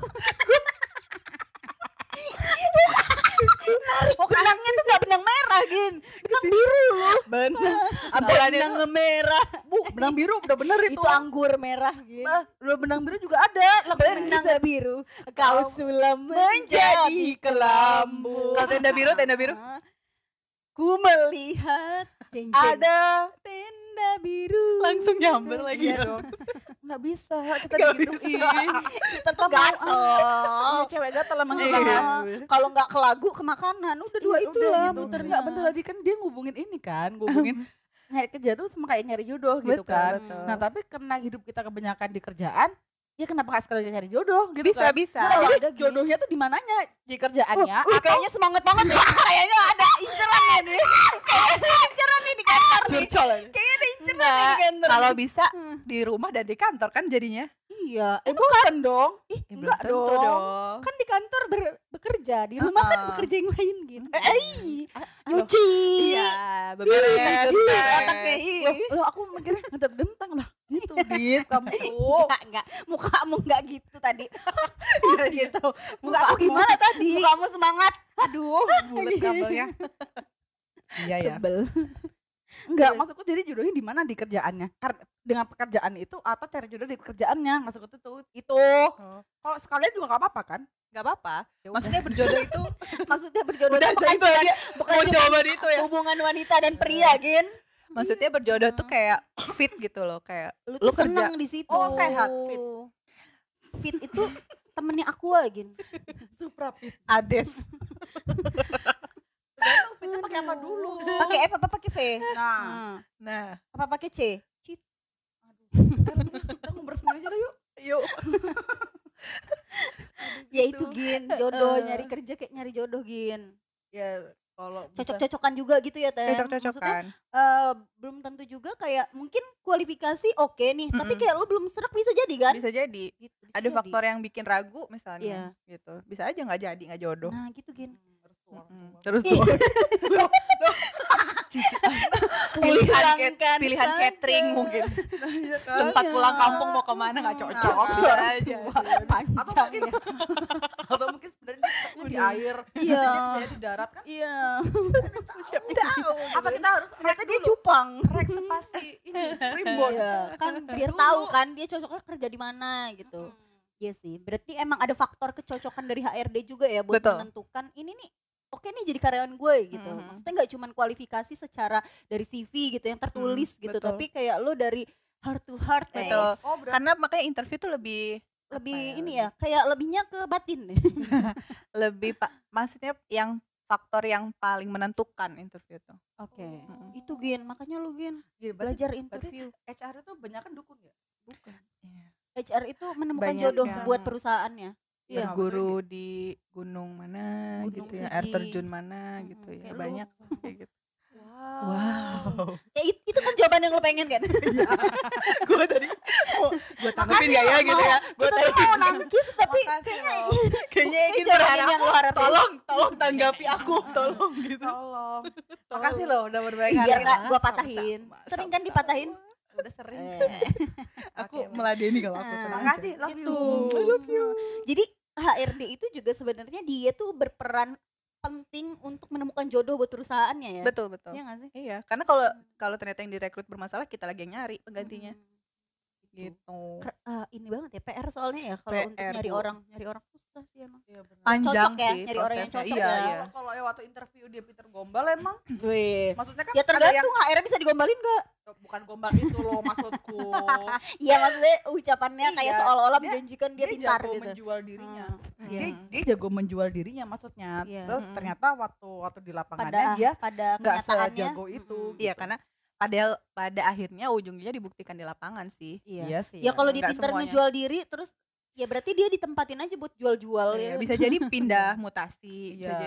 Oh, benangnya tuh nggak benang merah, Gin. Benang biru lu. Benar. Apa benang merah? Bu, benang biru udah bener itu. Itu anggur merah, Gin. Bah, udah benang biru juga ada. Benang biru, kau sulam menjadi kelambu. Kalau tenda biru, tenda biru. Ku melihat jeng, jeng. Ada. Tenda biru. Langsung nyamber lagi. Iya dong. Enggak bisa kita Nggak digituin. Kita tuh gatel. Iya, cewek gatel emang Iya. gitu kan. Kalau nggak ke lagu ke makanan, udah dua Iya, itu udah lah gitu. muternya. Enggak, bentar tadi kan dia ngubungin ini kan, ngubungin nyari kerja tuh sama kayak nyari jodoh gitu Betul, kan. betul. Nah, tapi karena hidup kita kebanyakan di kerjaan, ya kenapa nggak sekalian cari jodoh gitu Bisa, kan. bisa. Nah, jadi Ada, Gi. jodohnya tuh di mananya? Di kerjaannya Wih, atau kayaknya semangat banget ya. Kayaknya ada incerannya nih. Kayaknya ada inceran nih di kantor nih. Curcol aja. Kayaknya ada inceran nih Enggak, di kantor. kalau bisa di rumah dan di kantor kan jadinya. Iya, eh, bukan dong. ih, Ya, enggak belum tentu dong. dong. Kan di kantor ber- bekerja, di rumah kan Uh-uh. bekerja yang lain gitu. Eh, Eh, nyuci. Iya, beberes. Ih, beres. otaknya, ih. Loh, loh, aku mikirnya ngetet gentang lah. Gitu, Dis, kamu tuh. Enggak, enggak. Mukamu enggak gitu tadi. Iya, gitu. Muka aku gimana tadi? Mukamu semangat. Aduh, bulat kabelnya. Iya ya. Sebel. Enggak, maksudku jadi jodohnya di mana di kerjaannya? Karena dengan pekerjaan itu atau cari jodoh di pekerjaannya? Maksudku tuh tuh itu. Kalau sekalian juga nggak apa-apa kan? Gak apa-apa. Maksudnya berjodoh itu Maksudnya berjodoh udah itu aja itu aja. bukan Mau cuma jawaban itu ya. hubungan wanita dan pria, Gin. Maksudnya berjodoh tuh kayak fit gitu loh, kayak Lu Lu tuh seneng di situ. Oh, sehat, fit. Fit itu temennya aku Gin. Suprapit. Ades. Tergantung fitnya pakai apa dulu. Pakai F apa pakai V? Nah, Hmm. Nah, Apa pakai C? Cheat. kita ngobrol sendiri aja lah yuk. yuk. Ya itu Gin, jodoh Heeh. nyari kerja kayak nyari jodoh Gin. Ya kalau bisa- Cocok-cocokan juga gitu ya, Teh. Maksudnya Cocok-cocokan. eh, belum tentu juga kayak mungkin kualifikasi oke nih, tapi Mm-mm. kayak lu belum serak bisa jadi kan? Bisa jadi. Gitu, bisa Ada jadi. faktor yang bikin ragu misalnya Iya. gitu. Bisa aja nggak jadi, nggak jodoh. Nah, gitu Gin. Mm-mm. Terus tuh Cici. pilihan cat- Hilangkan pilihan saja. catering mungkin. Iya kan? Tempat pulang kampung mau kemana nggak cocok. Nah, Bisa orang aja. tua. Atau Panjang mungkin ya. atau mungkin sebenarnya dia di air, Iya. dia di darat kan? Iya. Apa kita harus Ternyata dia cupang. rek spasi ini primbon. Iya, kan biar tahu kan dia cocoknya kerja di mana gitu. Iya sih, berarti emang ada faktor kecocokan dari H R D juga ya buat Betul. menentukan ini nih oke nih jadi karyawan gue gitu. Mhm. Maksudnya nggak cuma kualifikasi secara dari C V gitu yang tertulis Hmm, gitu, betul. tapi kayak lo dari heart to heart eh, Betul. Oh, berarti Karena makanya interview tuh lebih lebih apa ya, ini ya, kayak lebihnya ke batin. lebih pak maksudnya yang faktor yang paling menentukan interview tuh. Oke. Mm-mm. Itu Gin, makanya lu Gin Gini, berarti belajar berarti interview. H R itu banyak kan dukun ya? Bukan. H R itu menemukan Banyak jodoh yang- buat perusahaannya. Iya. Berguru di gunung mana Gunung gitu ya, air Fuji. terjun mana Mm-mm, gitu ya. kayak lu. Banyak kayak gitu. Wow. Ya it- itu kan jawaban yang lu pengen kan? Gue tadi gue tanggepin gak ya gitu ya. Gue Kita tadi tuh mau nangkis tapi Makasih kayaknya loh. kayaknya kayaknya ingin jawaban berharap yang lu harapin. tolong tolong tanggapi aku tolong gitu. Tolong. Makasih loh udah berbaik biar hati. nggak gua Sama-sama, patahin. Sering kan sama-sama. dipatahin? Udah sering. Eh. Aku Oke, meladeni kalau aku Ah. senang aja. Makasih, love Gitu. you. I love you. Jadi H R D itu juga sebenarnya dia tuh berperan penting untuk menemukan jodoh buat perusahaannya ya. Betul betul. Iya nggak sih? Iya, karena kalau kalau ternyata yang direkrut bermasalah, kita lagi yang nyari penggantinya. Gitu. Ker- ah, ini banget ya P R soalnya ya kalau untuk P R, nyari Bu. orang, nyari orang susah sih emang. Iya benar. Panjang Cocok ya, sih nyari orang yang prosesnya. cocok Iya, ya. iya. Kalau ya waktu interview dia Peter Gombal emang Wih. maksudnya kan Ya ada yang tergantung H R bisa digombalin gak? bukan gombal itu loh maksudku. Iya maksudnya ucapannya kayak Iya, seolah-olah dia- menjanjikan dia, dia pintar jago gitu. menjual dirinya. Hmm, Dia iya. dia jago menjual dirinya maksudnya. Iya. Terus Mm-mm. ternyata waktu waktu di lapangannya Pada dia pada nggak kenyataannya sejago itu. mm-mm. Iya, karena padahal pada akhirnya ujungnya dibuktikan di lapangan sih. Iya. Iya sih. Ya kalau dia Nggak pintar semuanya. ngejual diri terus ya berarti dia ditempatin aja buat jual-jual Iya, ya. bisa jadi pindah mutasi, bisa Iya. jadi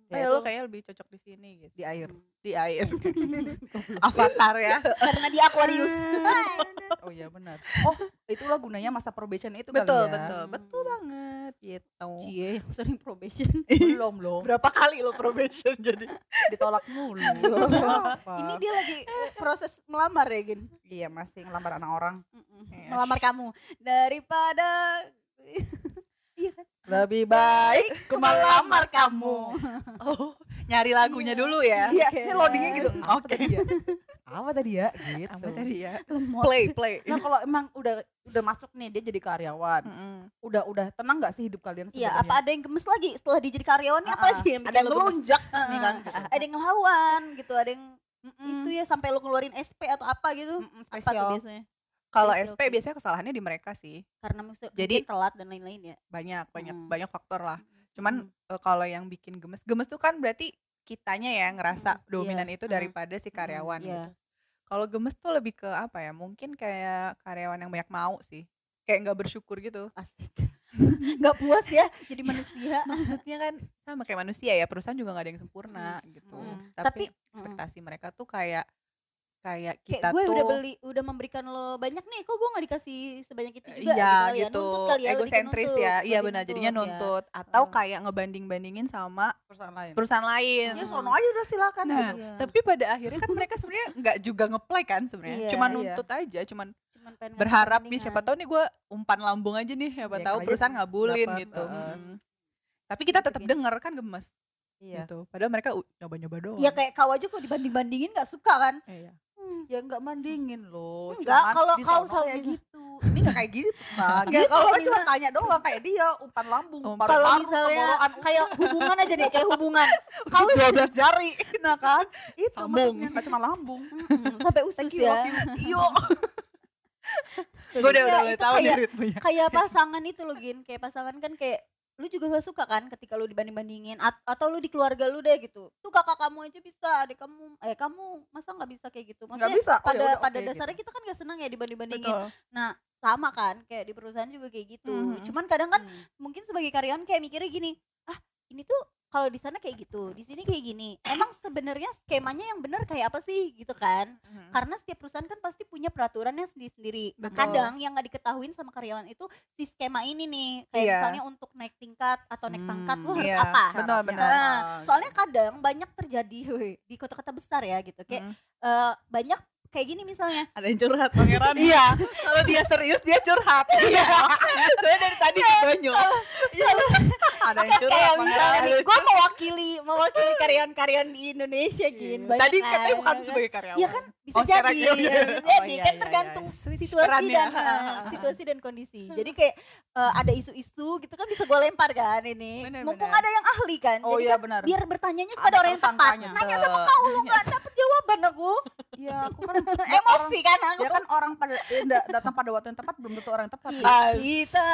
Eh, lo kayaknya lebih cocok di sini gitu. Di air. Di air. Avatar ya. Karena di Aquarius. Oh iya benar. Oh, itulah gunanya masa probation itu Betul, kali ya. betul, betul banget gitu. Cie, yang sering probation. Belum loh. Berapa kali lo probation jadi? Ditolak mulu. Apa? Ini dia lagi eh, proses melamar ya, Gin. Iya, masih ngelamar anak orang. Iya. Melamar kamu daripada iya kan? Lebih baik ku melamar kamu. Oh, nyari lagunya dulu ya. Iya, Oke. ini loadingnya gitu. Apa Oke. tadi ya? Apa tadi ya? Gitu. Apa tadi ya? Lemot. Play, play. Nah, kalau emang udah udah masuk nih dia jadi karyawan, Mm-mm. udah udah tenang nggak sih hidup kalian Iya, sebenarnya? apa ada yang gemes lagi setelah dia jadi karyawan nih, apa Ah, lagi yang ada bikin yang lo gemes? ngelunjak nih kan? Ada yang ngelawan gitu, ada yang Mm-mm. itu ya sampai lo ngeluarin S P atau apa gitu. Mm-mm, Apa tuh spesial. biasanya? Kalau Spesial S P tuh. biasanya kesalahannya di mereka sih. Karena maksudnya Jadi- mungkin telat dan lain-lain ya. Banyak, banyak, Hmm. banyak faktor lah. Cuman Hmm. eh, kalau yang bikin gemes, gemes tuh kan berarti kitanya ya ngerasa Hmm, dominan iya. itu Hmm. daripada si karyawan Hmm, iya. gitu. Kalau gemes tuh lebih ke apa ya? Mungkin kayak karyawan yang banyak mau sih. Kayak nggak bersyukur gitu. Asik. Nggak puas ya jadi manusia. Maksudnya kan sama kayak manusia ya, perusahaan juga nggak ada yang sempurna gitu. Hmm. Tapi, Tapi- ekspektasi mereka tuh kayak kayak Kayak kita gue tuh udah beli, udah memberikan lo banyak nih, kok gue nggak dikasih sebanyak itu juga iya kali ya. gitu, Nuntut kali ya, lebih ke egosentris nuntut, ya. Iya lebih benar, jadinya ya. nuntut atau Hmm. kayak ngebanding-bandingin sama Perusahaan lain. perusahaan lain. Ya sono aja udah silakan. Nah, gitu. Iya. tapi pada akhirnya kan mereka sebenarnya nggak juga ngeplay kan sebenarnya, Iya, cuma iya. nuntut aja, cuman Cuman pengen berharap nih ngasih siapa perbandingan. tahu nih gue umpan lambung aja nih, siapa Ya, tahu kali aja perusahaan ngabulin dapat, gitu. uh-uh. Hmm. Tapi kita Gitu, tetap Gin. denger kan gemes Iya. gitu. Padahal mereka u- nyoba-nyoba doang. Ya kayak kau aja kok dibanding-bandingin nggak suka kan? Iya. Ya enggak bandingin loh. Enggak, Cuman kalau di kau sono sama kayak misal- gitu. Ini enggak kayak gitu, Pak. Enggak, Gitu kalau kan cuma misal- tanya doang kayak dia umpan lambung, Umpan- paru-paru, Kalau misalnya tenggorokan, kayak hubungan aja deh, kayak hubungan. kalau dua belas jari. Nah kan, itu Sambung. maksudnya enggak cuma lambung. Mm-mm, sampai usus Thank you, ya. love you. Yo. Gue udah Iya, udah mulai itu tahu nih kayak- ritmenya. Kayak pasangan itu loh, Gin. Kayak pasangan kan kayak lu juga gak suka kan ketika lu dibanding-bandingin At- atau lu di keluarga lu deh gitu. Tuh kakak kamu aja bisa, adik kamu eh kamu masa nggak bisa kayak gitu. Enggak Maksudnya bisa. Oh, pada ya udah, pada oke, dasarnya gitu. kita kan gak senang ya dibanding-bandingin. Betul. Nah, sama kan kayak di perusahaan juga kayak gitu. Mhm. Cuman kadang kan Hmm. mungkin sebagai karyawan kayak mikirnya gini, ah ini tuh kalau di sana kayak gitu, di sini kayak gini. Emang sebenarnya skemanya yang benar kayak apa sih gitu kan? Mhm. Karena setiap perusahaan kan pasti punya peraturannya sendiri-sendiri. Nah, Betul. kadang yang nggak diketahuin sama karyawan itu si skema ini nih, kayak Iya. misalnya untuk naik tingkat atau naik Hmm, pangkat lu harus iya. apa? Betul, Syaratnya benar. apa, Nah, gitu. soalnya kadang banyak terjadi weh, di kota-kota besar ya gitu, kayak Mhm. eh, banyak kayak gini misalnya. Ada yang curhat pangeran. Iya. Kalau dia serius dia curhat. Iya. Soalnya dari tadi banyak. Ada yang Kayak curhat kayak Pangeran. misalnya nih, gue mewakili mewakili karyawan-karyawan di Indonesia gin. Banyak Tadi kan, katanya bukan ya kan? sebagai karyawan. Iya kan bisa Oh, secara jadi, gitu ya. ya, bisa Oh, jadi iya, kan iya, tergantung iya. Switch situasi perannya. dan eh, situasi dan kondisi. Jadi kayak eh, ada isu-isu gitu kan bisa gue lempar kan ini. Benar, Mumpung benar. ada yang ahli kan. Oh Jadi iya kan benar. biar bertanyanya Ada kepada orang yang tepat. tersangkanya. Nanya sama Betul. kau lu nggak dapet jawaban aku. Iya, aku kan Emosi kan aku. ya kan orang pada eh, da- datang pada waktu yang tepat belum tentu orang yang tepat. Kita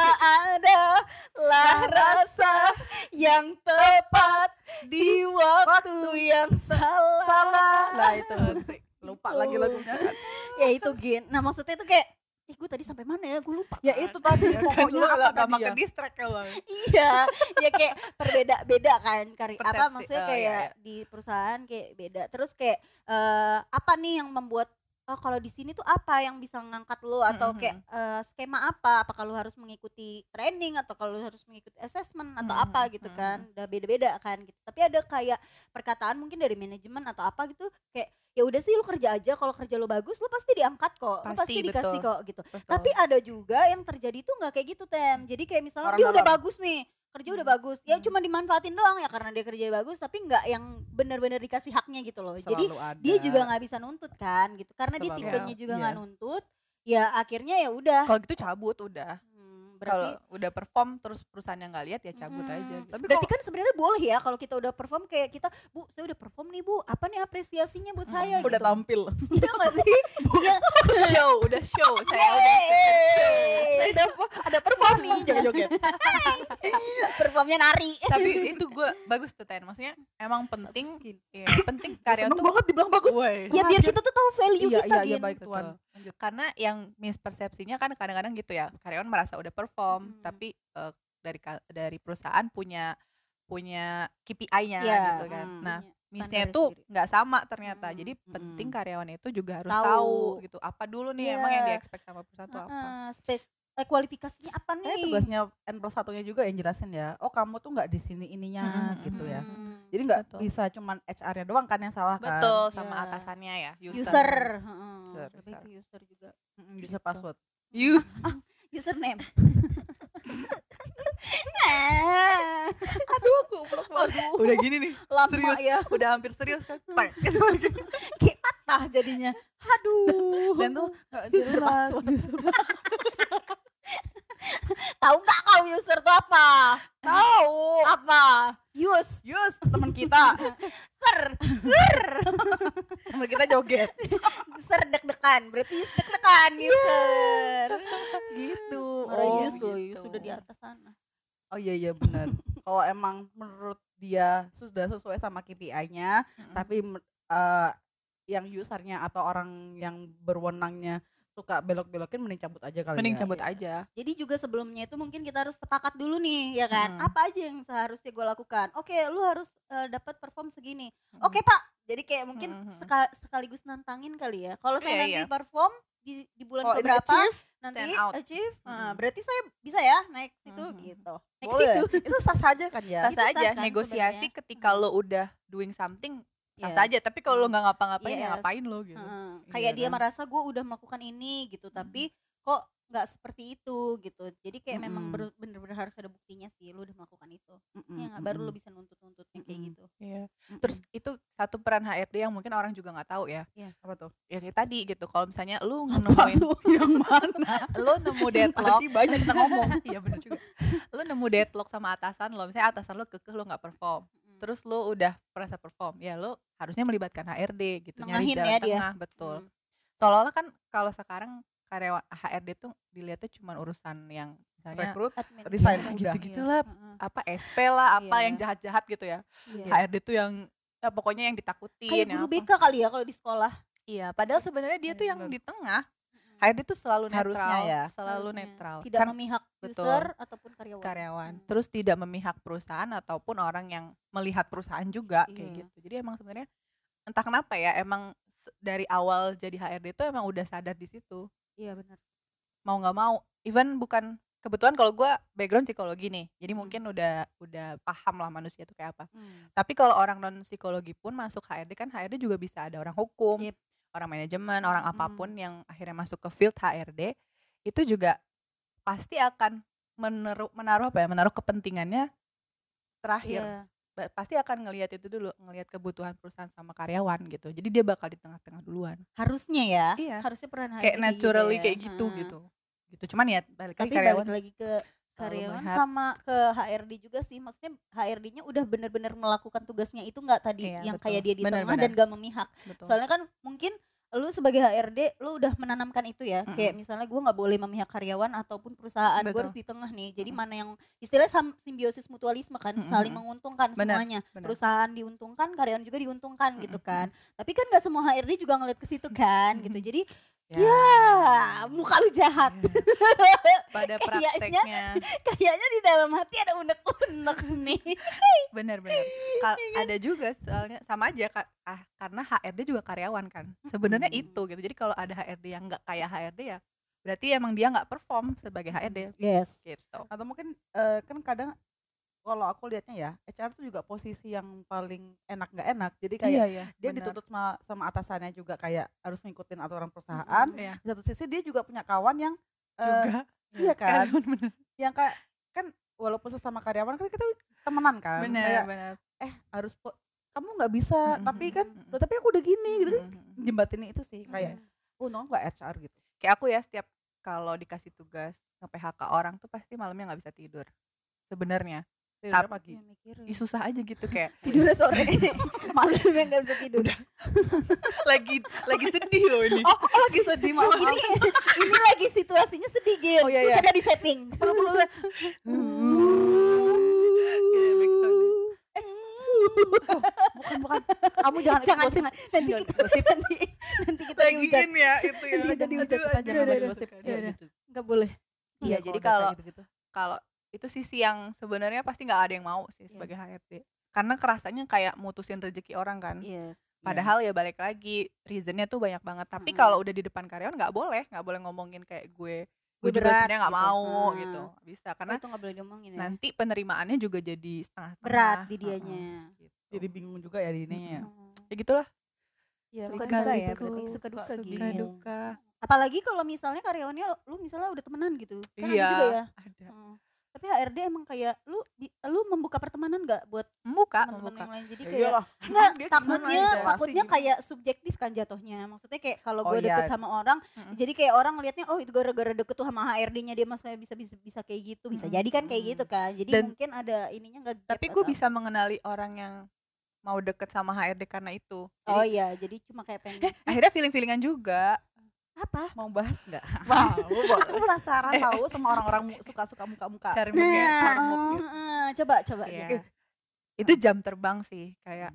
adalah rasa yang tepat di waktu yang salah. Salah. Lah itu. Lupa Itu. lagi lagunya. Ya itu Gin. Nah maksudnya itu kayak, eh gue tadi sampai mana ya? Gue lupa. Ya itu tadi pokoknya apa gampang tadi ke ya? distract ya bang. Iya, ya kayak berbeda beda kan kari apa Persepsi. maksudnya Oh, kayak iya, di perusahaan kayak beda. Terus kayak eh, apa nih yang membuat oh kalau di sini tuh apa yang bisa ngangkat lo atau Mhm. kayak eh, skema apa? Apa kalau harus mengikuti training atau kalau harus mengikuti assessment atau Mhm, apa gitu mhm. kan? Udah beda-beda kan gitu. Tapi ada kayak perkataan mungkin dari manajemen atau apa gitu kayak ya udah sih lu kerja aja, kalau kerja lu bagus lu pasti diangkat kok. Lu Pasti, pasti dikasih betul. kok gitu. Betul. Tapi ada juga yang terjadi tuh nggak kayak gitu Tem. Jadi kayak misalnya Orang dia udah dalam. bagus nih, kerja udah Hmm. bagus, ya Hmm. cuma dimanfaatin doang ya karena dia kerja bagus, tapi nggak yang benar-benar dikasih haknya gitu loh. Jadi Selalu ada. dia juga nggak bisa nuntut kan gitu, karena dia Selalu tipenya ada. juga Iya. nggak nuntut. Ya akhirnya ya udah. kalau gitu cabut udah. Hmm, Kalau berarti udah perform terus perusahaannya nggak lihat ya cabut Hmm. aja. Gitu. Tapi berarti kalau kan sebenarnya boleh ya kalau kita udah perform kayak kita, Bu, saya udah perform nih Bu, apa nih apresiasinya buat saya udah gitu. tampil. Iya nggak sih? Iya. show, udah show. Saya udah Yeay. Ada ada perform nih joget-joget. Performnya nari. tapi itu gue bagus tuh Ten. Maksudnya emang penting, ya, penting karyawan Seneng tuh. banget dibilang bagus. Woi. Ya biar kita tuh tahu value Iya kita iya iya Gin. baik Betul. Tuan. Lanjut. Karena yang mispersepsinya kan kadang-kadang gitu ya, karyawan merasa udah perform, Hmm. tapi eh, dari ka- dari perusahaan punya punya K P I-nya Iya, gitu kan. mm. Nah, Punya missnya standarnya itu sendiri. nggak sama ternyata. Hmm, Jadi mm. penting karyawan itu juga harus Tahu. tahu, gitu. Apa dulu nih Iya. emang yang di-expect sama perusahaan itu apa. Heeh, space eh, kualifikasinya apa nih? Kayaknya tugasnya N plus satunya juga yang jelasin ya. Oh kamu tuh nggak di sini ininya Mm-mm, gitu ya. Hmm. Jadi nggak Betul. bisa cuman H R-nya doang kan yang salah kan. Betul, sama Iya. atasannya ya, user. User, heeh, User, lebih user. ke user juga. Mm, Bisa password. You. Username. Aduh goblok banget. Udah gini nih. Lama Serius. ya, Udah hampir serius kan. Tak. kayak patah jadinya. Aduh. Dan tuh nggak User jelas. password. Tahu nggak kau user tuh apa? Tahu. Apa? Use. Yus teman kita. Ser. Teman kita joget. Ser deg-degan. Berarti use deg-degan user. Gitu. Marah Oh, use loh, gitu. use sudah di atas sana. Oh iya iya benar. Kalau emang menurut dia sudah sesuai sama K P I-nya, tapi men- eh, yang usernya atau orang yang berwenangnya suka belok-belokin mending cabut aja kali Mending ya. cabut Iya. aja. Jadi juga sebelumnya itu mungkin kita harus sepakat dulu nih, ya kan? Hmm. Apa aja yang seharusnya gue lakukan? Oke, lu harus eh, dapat perform segini. Hmm. Oke pak. Jadi kayak mungkin Hmm. seka- sekaligus nantangin kali ya. Kalau saya Iya, nanti iya. perform di, di bulan Kalau ini keberapa, achieve, nanti stand out. achieve, nah, Hmm. berarti saya bisa ya naik situ Hmm. gitu. Naik boleh. situ. Itu sah saja kan ya. Sah Itu sah aja kan negosiasi sebenarnya. ketika lo udah doing something sah Yes. saja. Tapi kalau lo nggak ngapa-ngapain ya Yes. ngapain lo gitu. Heeh. Iya Kayak dia kan? merasa gue udah melakukan ini gitu, tapi kok nggak seperti itu gitu. Jadi kayak memang Mm-mm. ber- bener-bener harus ada buktinya sih lu udah melakukan itu. Mm-mm, Ya nggak, baru lu mm-mm, bisa nuntut-nuntutnya kayak Mm-mm. gitu. Iya. mm-mm. Terus itu satu peran H R D yang mungkin orang juga nggak tahu ya. apa tuh? Ya kayak tadi gitu. Kalau misalnya lu Apa nemuin tuh? Yang mana? lu nemu deadlock. Tadi banyak kita ngomong. Iya benar juga. Lu nemu deadlock sama atasan lo. Misalnya atasan lo kekeh lo nggak perform. Terus lu udah merasa perform. Ya lu harusnya melibatkan H R D gitu, nyari Nengahin jalan ya dia. tengah, betul. Hmm. Seolah-olah kan kalau sekarang karyawan H R D tuh dilihatnya cuma urusan yang misalnya Rekrut, Admin. resign Iya, udah. gitu-gitulah, Heeh. apa S P lah, apa Iya. yang jahat-jahat gitu ya. Iya. H R D tuh yang ya pokoknya yang ditakutin Kayak yang guru apa. B K kali ya kalau di sekolah. Iya, padahal sebenarnya dia Iya, tuh yang bener. di tengah. H R D tuh selalu netral, Harusnya ya. selalu Harusnya. netral. Tidak Kan memihak betul. user ataupun karyawan. karyawan. Hmm. Terus tidak memihak perusahaan ataupun orang yang melihat perusahaan juga kayak Iya. gitu. Jadi emang sebenarnya entah kenapa ya emang se- dari awal jadi H R D itu emang udah sadar di situ. Iya benar. Mau nggak mau, even bukan kebetulan kalau gue background psikologi nih. Jadi Hmm. mungkin udah udah paham lah manusia itu kayak apa. Hmm. Tapi kalau orang non psikologi pun masuk H R D kan H R D juga bisa ada orang hukum, Yep. orang manajemen, orang Hmm. apapun yang akhirnya masuk ke field H R D itu juga pasti akan menaruh menaruh apa ya menaruh kepentingannya terakhir. Iya. Ba- Pasti akan ngelihat itu dulu, ngelihat kebutuhan perusahaan sama karyawan gitu. Jadi dia bakal di tengah-tengah duluan. Harusnya ya. Iya. Harusnya peran H R D Kayak gitu naturally ya. kayak gitu Heeh. gitu. Gitu. Cuman ya balik lagi Tapi karyawan balik lagi ke karyawan melihat. sama ke H R D juga sih. Maksudnya H R D-nya udah bener-bener melakukan tugasnya itu nggak tadi Iya, yang betul. kayak dia di Benar, tengah benar. dan gak memihak. betul. Soalnya kan mungkin lu sebagai H R D lu udah menanamkan itu ya. Mm-mm. Kayak misalnya gue nggak boleh memihak karyawan ataupun perusahaan. Gue Betul. harus di tengah nih. Jadi Mm-mm. mana yang istilahnya sam- simbiosis mutualisme kan, Mm-mm. saling menguntungkan Benar, semuanya. benar. Perusahaan diuntungkan, karyawan juga diuntungkan gitu Mm-mm. kan. Tapi kan nggak semua H R D juga ngeliat ke situ kan gitu. Mm-mm. Jadi Ya. ya muka lu jahat. Pada Kayaknya- prakteknya Kayaknya di dalam hati ada unek-unek nih. benar-benar Kal- ada juga soalnya sama aja Kak. Ah, karena H R D juga karyawan kan sebenarnya Mm-mm. itu gitu. Jadi kalau ada H R D yang nggak kayak H R D ya berarti emang dia nggak perform sebagai H R D Yes. gitu. Atau mungkin eh, kan kadang kalau aku lihatnya ya H R tuh juga posisi yang paling enak nggak enak. Jadi kayak iya, dia benar. dituntut sama, sama atasannya juga kayak harus ngikutin aturan perusahaan. Iya. Di satu sisi dia juga punya kawan yang eh, juga iya kan, karyawan bener yang kayak kan walaupun sesama karyawan kan kita temenan kan. bener Kayak bener eh harus po- kamu nggak bisa, Mm-mm, tapi kan, mm-mm. "Loh, tapi aku udah gini gitu kan. Mm-mm. Jembatin itu sih kayak, oh no nggak H R gitu. Kayak aku ya setiap kalau dikasih tugas nge-P H K orang tuh pasti malamnya nggak bisa tidur sebenarnya. Tidurnya Tap- pagi. Ya, mikirin. Ih, susah aja gitu kayak Tidurnya sore. Malamnya nggak bisa tidur. lagi lagi sedih loh ini. Oh, oh lagi sedih maaf. ini ini lagi situasinya sedih Gil. Oh, iya, iya. Karena di setting. Kayak backsound. bukan bukan. Kamu jangan jangan gosip. jangan nanti Jangan kita gosip. nanti nanti kita Lagi dihujat. in ya itu ya. Nanti kita dihujat. Kita jangan Udah, lagi udah, gosip. udah, Iya, udah. gitu. Nggak boleh. Iya, jadi kalau gitu-gitu. kalau itu sisi yang sebenarnya pasti nggak ada yang mau sih sebagai H R D, karena kerasanya kayak mutusin rezeki orang kan. Yes. Padahal ya balik lagi reasonnya tuh banyak banget. Tapi Mm-mm. kalau udah di depan karyawan nggak boleh, nggak boleh ngomongin kayak gue, gue Gue juga berat sebenarnya nggak gitu. mau Hmm. gitu, nggak bisa Karena karena itu nggak boleh diomongin ya. nanti penerimaannya juga jadi setengah-setengah. Berat di Heeh, dianya. gitu. Jadi bingung juga ya di ininya ya. Hmm. Ya gitulah. Ya, Suka suka duka ya, duka, berarti suka duka suka gitu. Suka duka. Apalagi kalau misalnya karyawannya lu, lu misalnya udah temenan gitu. Kan Iya. ada juga ya. Ada. Hmm. Tapi H R D emang kayak lu di- lu membuka pertemanan nggak buat Membuka, teman-teman membuka. yang lain, jadi Ya kayak iyalah. enggak, Dia takutnya kesana isolasi takutnya gitu. kayak subjektif kan jatuhnya. Maksudnya kayak kalau Oh gue iya. deket sama orang, Mm-mm. jadi kayak orang ngelihatnya oh itu gara-gara deket tuh sama H R D-nya dia maksudnya bisa bisa bisa kayak gitu. Bisa Mm-mm. jadi kan kayak gitu kan. Jadi Dan- mungkin ada ininya enggak Tapi gue bisa mengenali orang yang mau deket sama H R D karena itu. Jadi Oh iya, jadi cuma kayak pengen akhirnya feeling-feelingan juga. apa? Mau bahas nggak? Wow, aku penasaran tahu sama orang-orang mu- suka-suka muka-muka. Charming ya, Nah, charming gitu. heeh, coba coba Iya. gitu. Itu jam terbang sih, kayak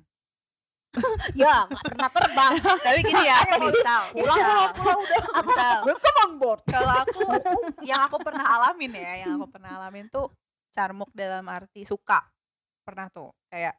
Ya, nggak pernah terbang. tapi gini ya, misal, misal, misal, Welcome on board. kalau aku yang aku pernah alamin ya, yang aku pernah alamin tuh carmuk dalam arti suka, pernah tuh kayak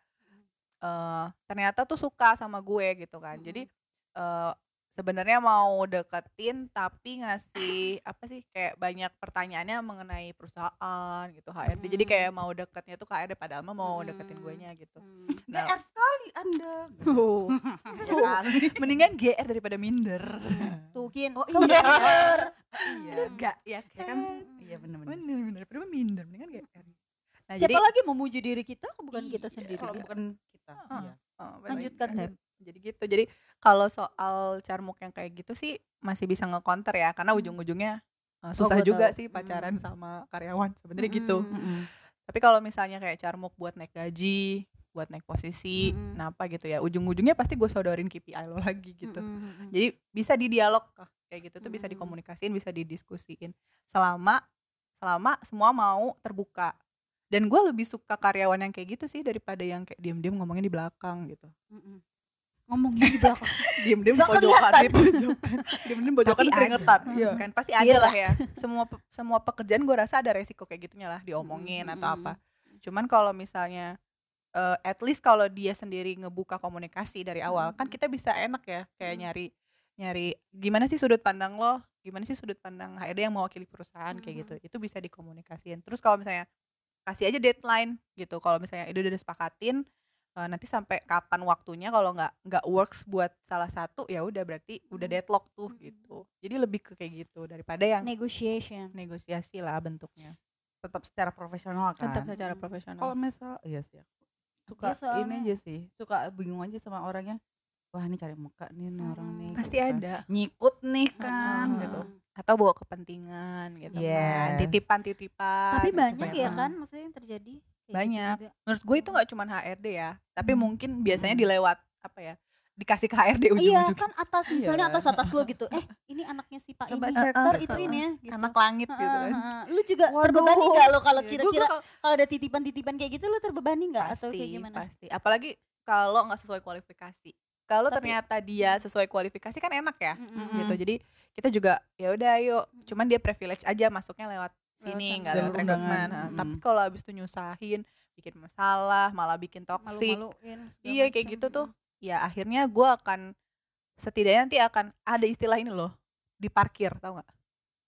eh ternyata tuh suka sama gue gitu kan. Jadi eh sebenarnya mau deketin tapi ngasih apa sih kayak banyak pertanyaannya mengenai perusahaan gitu H R D. Jadi kayak mau deketnya tuh ke H R D padahal mah mau deketin gue nya gitu. G R sekali Anda. Oh, Ya kan? Mendingan G R daripada minder. tuh Kin. Oh Kau iya. bener. Iya. Enggak ya Ya kan? kan? Iya benar-benar. Bener bener daripada minder mendingan G R. Nah, Siapa jadi lagi memuji diri kita bukan kita Iya, sendiri. Kalau bukan kita. Ah. Iya. oh, balik Lanjutkan, lagi. Tep. Jadi gitu. Jadi kalau soal carmuk yang kayak gitu sih masih bisa nge-counter ya karena ujung-ujungnya uh, susah gua juga tahu. sih pacaran Mm. sama karyawan sebenarnya Mm-mm. gitu. Mm-mm. Tapi kalau misalnya kayak carmuk buat naik gaji, buat naik posisi, Mm-mm. kenapa gitu ya? Ujung-ujungnya pasti gue sodorin K P I lo lagi gitu. Mm-mm. Jadi bisa di dialog kayak gitu tuh bisa Mm-mm. dikomunikasiin, bisa didiskusiin. Selama selama semua mau terbuka. Dan gue lebih suka karyawan yang kayak gitu sih daripada yang kayak diem-diem ngomongin di belakang gitu. Mm-mm. Ngomongnya di belakang. Diem-diem Nggak pojokan di pojokan. Diem-diem pojokan Tapi keringetan. ada. Iya. Kan pasti ada lah ya. Semua pe- semua pekerjaan gue rasa ada resiko kayak gitunya lah diomongin atau Mm-mm. apa. Cuman kalau misalnya eh, at least kalau dia sendiri ngebuka komunikasi dari awal kan kita bisa enak ya kayak nyari nyari gimana sih sudut pandang lo, gimana sih sudut pandang H R D yang mewakili perusahaan kayak gitu. Itu bisa dikomunikasiin. Terus kalau misalnya kasih aja deadline gitu. Kalau misalnya itu udah disepakatin eh, nanti sampai kapan waktunya, kalau nggak nggak works buat salah satu ya udah berarti udah deadlock tuh gitu. Jadi lebih ke kayak gitu daripada yang Negotiation. negosiasi lah bentuknya. Tetap secara profesional kan. Tetap secara profesional. Kalau misal iya sih. Suka Dia soalnya- ini aja sih. Suka bingung aja sama orangnya. Wah, ini cari muka nih, nih orang nih. Pasti gitu kan. ada. Nyikut nih kan Hmm. gitu. Atau bawa kepentingan gitu kan. Yes. Titipan-titipan. Tapi gitu banyak ya banyak. kan maksudnya yang terjadi. Kayak Banyak. gitu juga. Menurut gue itu nggak cuma H R D ya, tapi Hmm. mungkin biasanya Hmm. dilewat apa ya? Dikasih ke H R D Iya ujung-ujung. kan atas misalnya Iya. atas atas lo gitu. Eh ini anaknya si Pak Coba ini. cek Ntar tuh. itu ini ya. Gitu. Anak langit gitu kan. Ah, ah. Lu juga Waduh. terbebani nggak lo kalau Iya, kira-kira gue bakal- kalau ada titipan-titipan kayak gitu lu terbebani nggak atau pasti, kayak gimana? pasti. Apalagi kalau nggak sesuai kualifikasi. Kalau Tapi- ternyata dia sesuai kualifikasi kan enak ya, Mm-mm. gitu. Jadi kita juga ya udah ayo. Cuman dia privilege aja masuknya lewat sini, sana. nggak Jalur lewat rekrutmen. undangan. Nah, Mm-mm. Tapi kalau abis itu nyusahin, bikin masalah, malah bikin toksik, Malu-maluin, segala iya kayak macam. gitu tuh. Ya akhirnya gue akan setidaknya nanti akan ada istilah ini loh, diparkir, tahu nggak?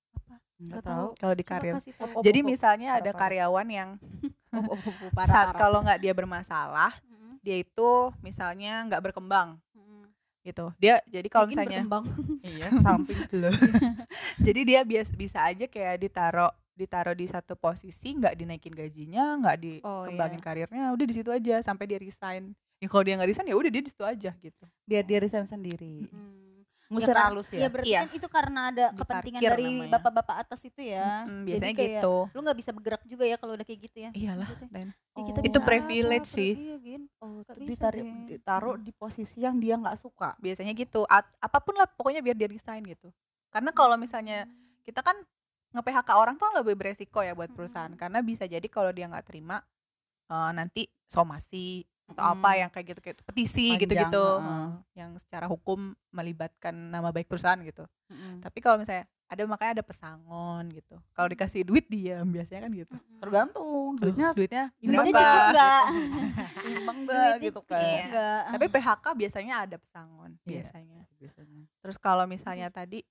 Enggak tahu. Kalau di Coba karir. kasih tahu. Oh, Jadi oh, oh. misalnya ada Parah-parah. karyawan yang Oh, oh, oh, parah, saat parah. kalau nggak dia bermasalah, Mm-mm. dia itu misalnya nggak berkembang Mm-mm. gitu. Dia jadi kalau Mungkin misalnya berkembang. Iya, samping dulu. jadi dia bias, bisa aja kayak ditaruh ditaruh di satu posisi, nggak dinaikin gajinya, nggak Oh, dikembangin iya. karirnya, udah di situ aja sampai dia resign. Ya kalau dia nggak resign ya udah dia di situ aja gitu. Biar dia resign sendiri. Mm. Ngusir kan- halus Ya ya. berarti Iya. kan itu karena ada Diparkir kepentingan dari namanya. bapak-bapak atas itu ya. Mm, Jadi biasanya kayak gitu. lu nggak bisa bergerak juga ya kalau udah kayak gitu ya. Iyalah, Maksudnya, Dan. "Eh, kita Oh. Itu bisa privilege apa, sih. Iya, Gin. Oh, Nggak itu bisa ditarik, deh. ditaruh di posisi yang dia nggak suka. Biasanya gitu. At- apapun lah pokoknya biar dia resign gitu. Karena kalau misalnya kita kan nge-P H K orang tuh lebih beresiko ya buat perusahaan, karena bisa jadi kalau dia nggak terima eh, nanti somasi atau Hmm. apa yang kayak gitu kayak petisi Panjang, gitu-gitu heeh. eh, yang secara hukum melibatkan nama baik perusahaan gitu. Mm-mm. Tapi kalau misalnya ada makanya ada pesangon gitu. Kalau dikasih duit diam biasanya kan gitu. Tergantung duitnya Duitnya Duitnya berapa? cukup nggak? imbang enggak Duitnya gitu cukup kan. nggak? Tapi P H K biasanya ada pesangon Iya. biasanya. Biasanya. Terus kalau misalnya tadi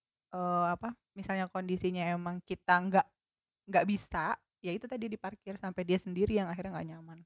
eh, apa? Misalnya kondisinya emang kita nggak nggak bisa, ya itu tadi diparkir sampai dia sendiri yang akhirnya nggak nyaman.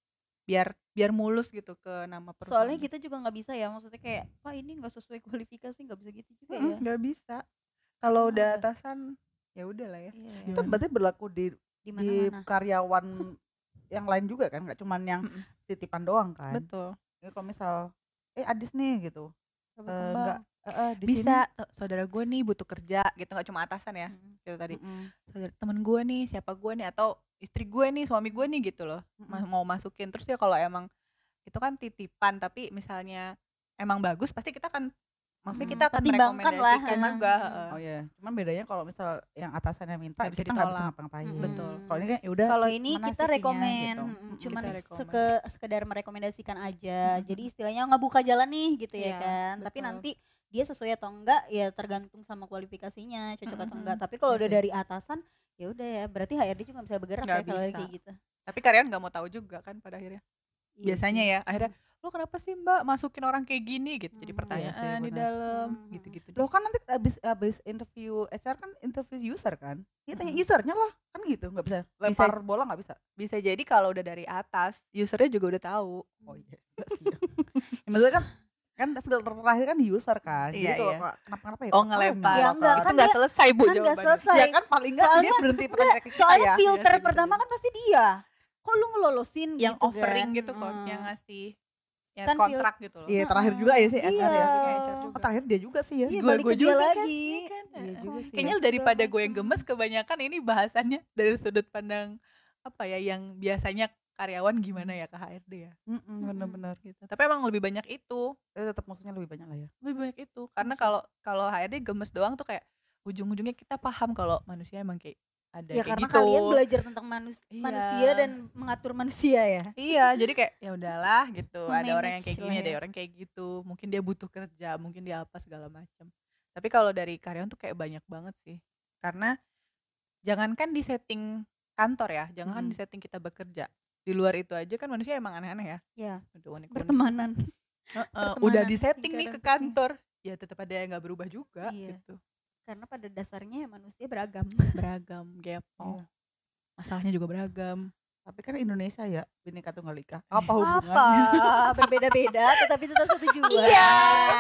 Biar biar mulus gitu ke nama perusahaan. Soalnya kita juga nggak bisa ya, maksudnya kayak wah ini nggak sesuai kualifikasi, nggak bisa gitu juga Mm, ya. nggak bisa. Kalau Ah, udah udah. atasan ya udah lah ya. Iya, Itu Gimana? berarti berlaku di di di mana-mana. karyawan yang lain juga kan, nggak cuman yang Mm-mm. titipan doang kan. Betul. Ya, kalau misal eh Adis nih gitu eh, nggak eh, eh, di Bisa tuh, saudara gue nih butuh kerja gitu, nggak cuma atasan ya. Mm. Gitu tadi. sini, mm-mm, Saudara temen gue nih, siapa gue nih, atau istri gue nih, suami gue nih gitu loh. Ma- mau masukin. Terus ya kalau emang itu kan titipan, tapi misalnya emang bagus, pasti kita kan maksudnya Mm, kita akan pertimbangkan lah. merekomendasikan Mm. juga. Mm. heeh. oh ya cuman bedanya kalau misal yang atasannya minta Nggak bisa kita nggak bisa ditolak. ngapa-ngapain. Mm. Betul. Kalau ini kan ya udah Kalau ki- ini mana kita C V-nya rekomen, gitu. mm, Mm, cuman kita rekomen. seke, sekedar merekomendasikan aja. Jadi istilahnya nggak buka jalan nih gitu ya Iya, kan. Tapi betul. nanti dia sesuai atau enggak ya tergantung sama kualifikasinya, cocok atau Mm-mm. enggak. Tapi kalau Iya udah sih. dari atasan ya udah ya, berarti H R D juga nggak bisa bergerak Nggak ya kalau bisa. kayak gitu. Tapi karyawan nggak mau tahu juga kan pada akhirnya. Iya Biasanya sih. ya akhirnya lo kenapa sih mbak masukin orang kayak gini gitu. Jadi Hmm, pertanyaan iya sih, di benar. dalam Hmm. gitu-gitu. deh. Loh kan nanti abis abis interview H R kan interview user kan, ya tanya Mm. usernya lah kan gitu, nggak bisa lempar bola nggak bisa. Bisa jadi kalau udah dari atas, usernya juga udah tahu. Oh iya, nggak sih. Ya, maksudnya kan kan filter terakhir kan di user kan, Iya, jadi kalau iya. kenapa kenapa ya? Oh ketahuan ngelempar. nih, Ya, kan. enggak, Itu kan nggak dia- selesai bu kan nggak jawabannya. selesai. Ya kan paling nggak dia Soalnya- berhenti pertanyaan kita Soalnya ya. filter Iya sih, bisa pertama jadi. kan pasti dia. Kok lu ngelolosin Yang gitu offering kan? gitu kok, Hmm. yang ngasih ya Kan fil- kontrak gitu loh. Iya terakhir juga ya sih H R Iya. ya. Kayak H R juga. Oh, terakhir dia juga sih ya. Iya, Gua- balik gua ke dia juga kan, lagi. iya kan? Iya juga sih. Kayaknya Iya. daripada gue yang gemes, kebanyakan ini bahasannya dari sudut pandang apa ya, yang biasanya karyawan gimana ya ke H R D ya Mm-mm, bener-bener. gitu. Tapi emang lebih banyak itu, Tapi tetap musuhnya lebih banyak lah ya. lebih banyak itu. Karena kalau kalau H R D gemes doang tuh kayak ujung-ujungnya kita paham kalau manusia emang kayak ada Ya kayak karena gitu. kalian belajar tentang manus- Iya. manusia dan mengatur manusia ya. Iya, jadi kayak ya udahlah gitu. Ada orang yang Memanage kayak lah gini, ya. ada orang kayak gitu. Mungkin dia butuh kerja, mungkin dia apa segala macam. Tapi kalau dari karyawan tuh kayak banyak banget sih. Karena jangankan di setting kantor ya, jangankan Mm. di setting kita bekerja. Di luar itu aja kan manusia emang aneh-aneh ya. Ya, Udah unik-unik. pertemanan. Heeh, pertemanan udah di setting nih ke lingkaran. kantor, ya tetap ada yang nggak berubah juga Iya. gitu. Karena pada dasarnya ya manusia beragam. Beragam, gitu. Iya. Masalahnya juga beragam. Tapi kan Indonesia ya Bhinneka Tunggal Ika. Apa Apa? hubungannya? Berbeda-beda tetapi tetap satu jua. Iya.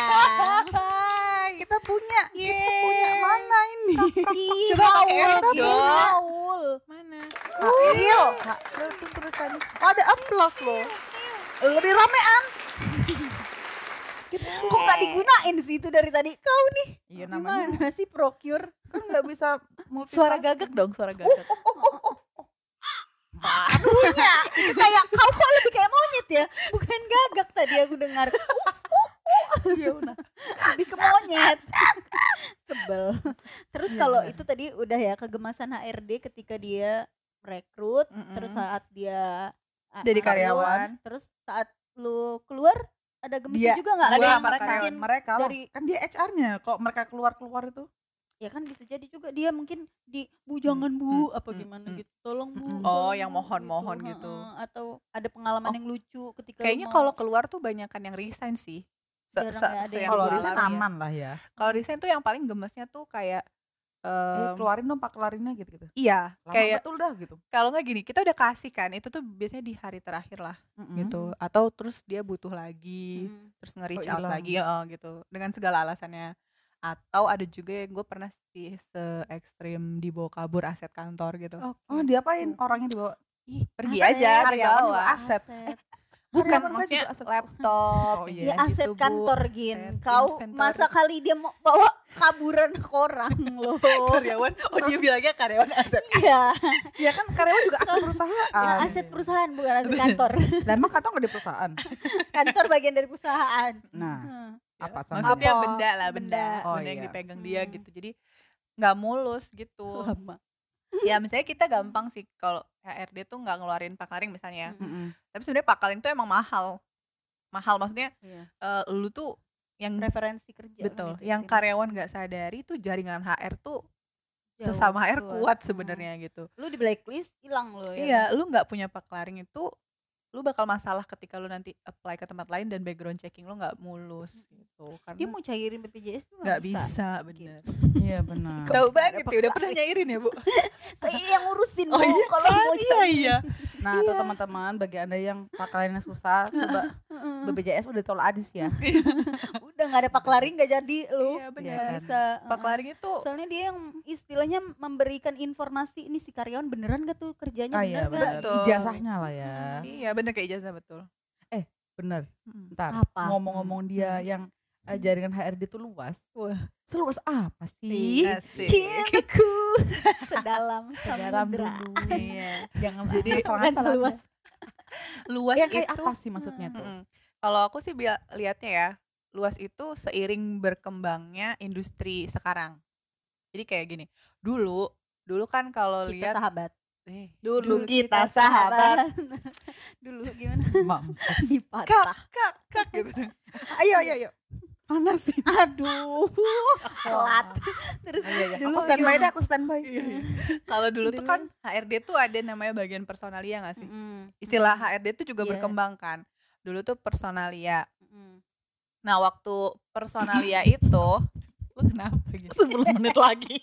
Hai. Kita punya, kita Yeay. punya mana ini? Ih, Coba pakai haul, F Gin, dong. haul. Mana? Hail. Hail tuh tulisannya. Oh, ada applause loh. Lebih ramean. Kok nggak digunain sih itu dari tadi? Kau nih Iya namanya gimana sih procure? kan nggak bisa multi. Suara gagak dong, suara gagak. Punya. Itu kayak kau kok lebih kayak monyet ya, bukan gagak tadi aku dengar. Iya benar. Lebih ke monyet. Sebel. Terus Iya, kalau benar. itu tadi udah ya kegemasan H R D ketika dia merekrut, Mm-mm. terus saat dia ah, Jadi ah, karyawan. terus saat lu keluar ada Dia- gemisnya juga nggak? Ada Gua yang mereka, mungkin mereka lah. dari- Kan dia H R-nya. Kalau mereka keluar-keluar itu. ya kan bisa jadi juga dia mungkin di bu jangan bu hmm, apa hmm, gimana hmm. gitu, tolong bu. Mm-mm. Oh, tolong, yang Bu, mohon-mohon gitu. heeh. Atau ada pengalaman Oh, yang lucu ketika Kayaknya lu kalau mau- keluar tuh banyakan yang resign sih. Se- Jarang se- ya ada se- yang yang Kalau gua resign alami ya. aman lah ya. Kalau resign tuh yang paling gemesnya tuh kayak Eh, em, keluarin dong pak kelarinnya gitu-gitu. iya, Lama kayak betul dah gitu. kalau nggak gini, kita udah kasih kan, itu tuh biasanya di hari terakhir lah Mm-mm. gitu. Atau terus dia butuh lagi, Hmm. terus nge-reach Oh, out hilang. lagi oh, gitu dengan segala alasannya. Atau ada juga yang gue pernah sih se ekstrim dibawa kabur aset kantor gitu. Oke. Oh diapain orangnya dibawa? Ih, pergi aset, aja karyawan dibawa. juga aset. Bukan karyawan kan maksudnya juga aset. laptop. Oh, yang iya. Ya gitu, aset Bu. kantor Gin. Aset Kau inventory. masa kali dia mau bawa kaburan ke orang loh. Karyawan, oh dia bilangnya karyawan aset. Iya, Ya kan karyawan juga aset perusahaan. ya, aset perusahaan bukan aset kantor. Lah emang kadang nggak di perusahaan. Kantor bagian dari perusahaan. Nah, Hmm. apa sama? Maksudnya Apa? benda lah, benda, Benda. Oh, benda yang iya. dipegang dia Hmm. gitu. Jadi nggak mulus gitu. Lama. Ya misalnya kita gampang sih kalau H R D tuh nggak ngeluarin pakaling misalnya. Hmm. Mm-mm. Tapi sebenarnya pakaling tuh emang mahal. Mahal maksudnya Iya. eh, lu tuh yang Preferensi kerja. betul, gitu yang istilahnya. karyawan nggak sadari tuh jaringan H R tuh Jauh, sesama H R luas. kuat Hmm. sebenarnya gitu. Lu di blacklist hilang lo ya. Iya, kan? lu nggak punya paklaring itu, lu bakal masalah ketika lu nanti apply ke tempat lain dan background checking lu nggak mulus gitu. Dia Karena mau cairin B P J S tuh nggak bisa, bener. Iya benar. Tahu banget ya, udah pernah nyairin ya bu? Saya yang ngurusin Oh Bu, iya, kalau mau iya cairin. iya. Nah, tuh teman-teman, bagi Anda yang pakalnya susah, coba B P J S udah tolak adis ya. Udah nggak ada paklaring nggak jadi lu. Iya Nggak benar. kan. bisa. Paklaring itu Soalnya dia yang istilahnya memberikan informasi ini si karyawan beneran gak tuh kerjanya Ah bener iya gak? benar. Betul. Ijazahnya lah ya. iya bener kayak ijazah betul. Bener. Mm. Ntar Apa? ngomong-ngomong dia yang eh, jaringan H R D tuh luas. Wah. Seluas apa sih? Asik. Cintaku sedalam Sedalam samudra. dulu. Iya. Jangan Jadi, sampai Bukan salah-salah. seluas. Luas Yang kayak itu apa sih maksudnya tuh? Mm-mm. Kalau aku sih bi- lihatnya ya, luas itu seiring berkembangnya industri sekarang. Jadi kayak gini, dulu dulu kan kalau Kita lihat sahabat. eh, Dulu kita sahabat. Dulu gimana? Mampus. Dipatah. kak kak gitu. Ayo ayo ayo. Panas sih. Aduh. Telat. Terus Iya, iya. dulu Aku standby gimana? deh, aku standby. Kalau dulu tuh Dulu. kan H R D tuh ada namanya bagian personalia nggak sih? Mm-mm. Istilah H R D tuh juga Iya. berkembang kan. Dulu tuh personalia. Mm-mm. Nah waktu personalia itu, lu kenapa gitu? Sepuluh menit lagi.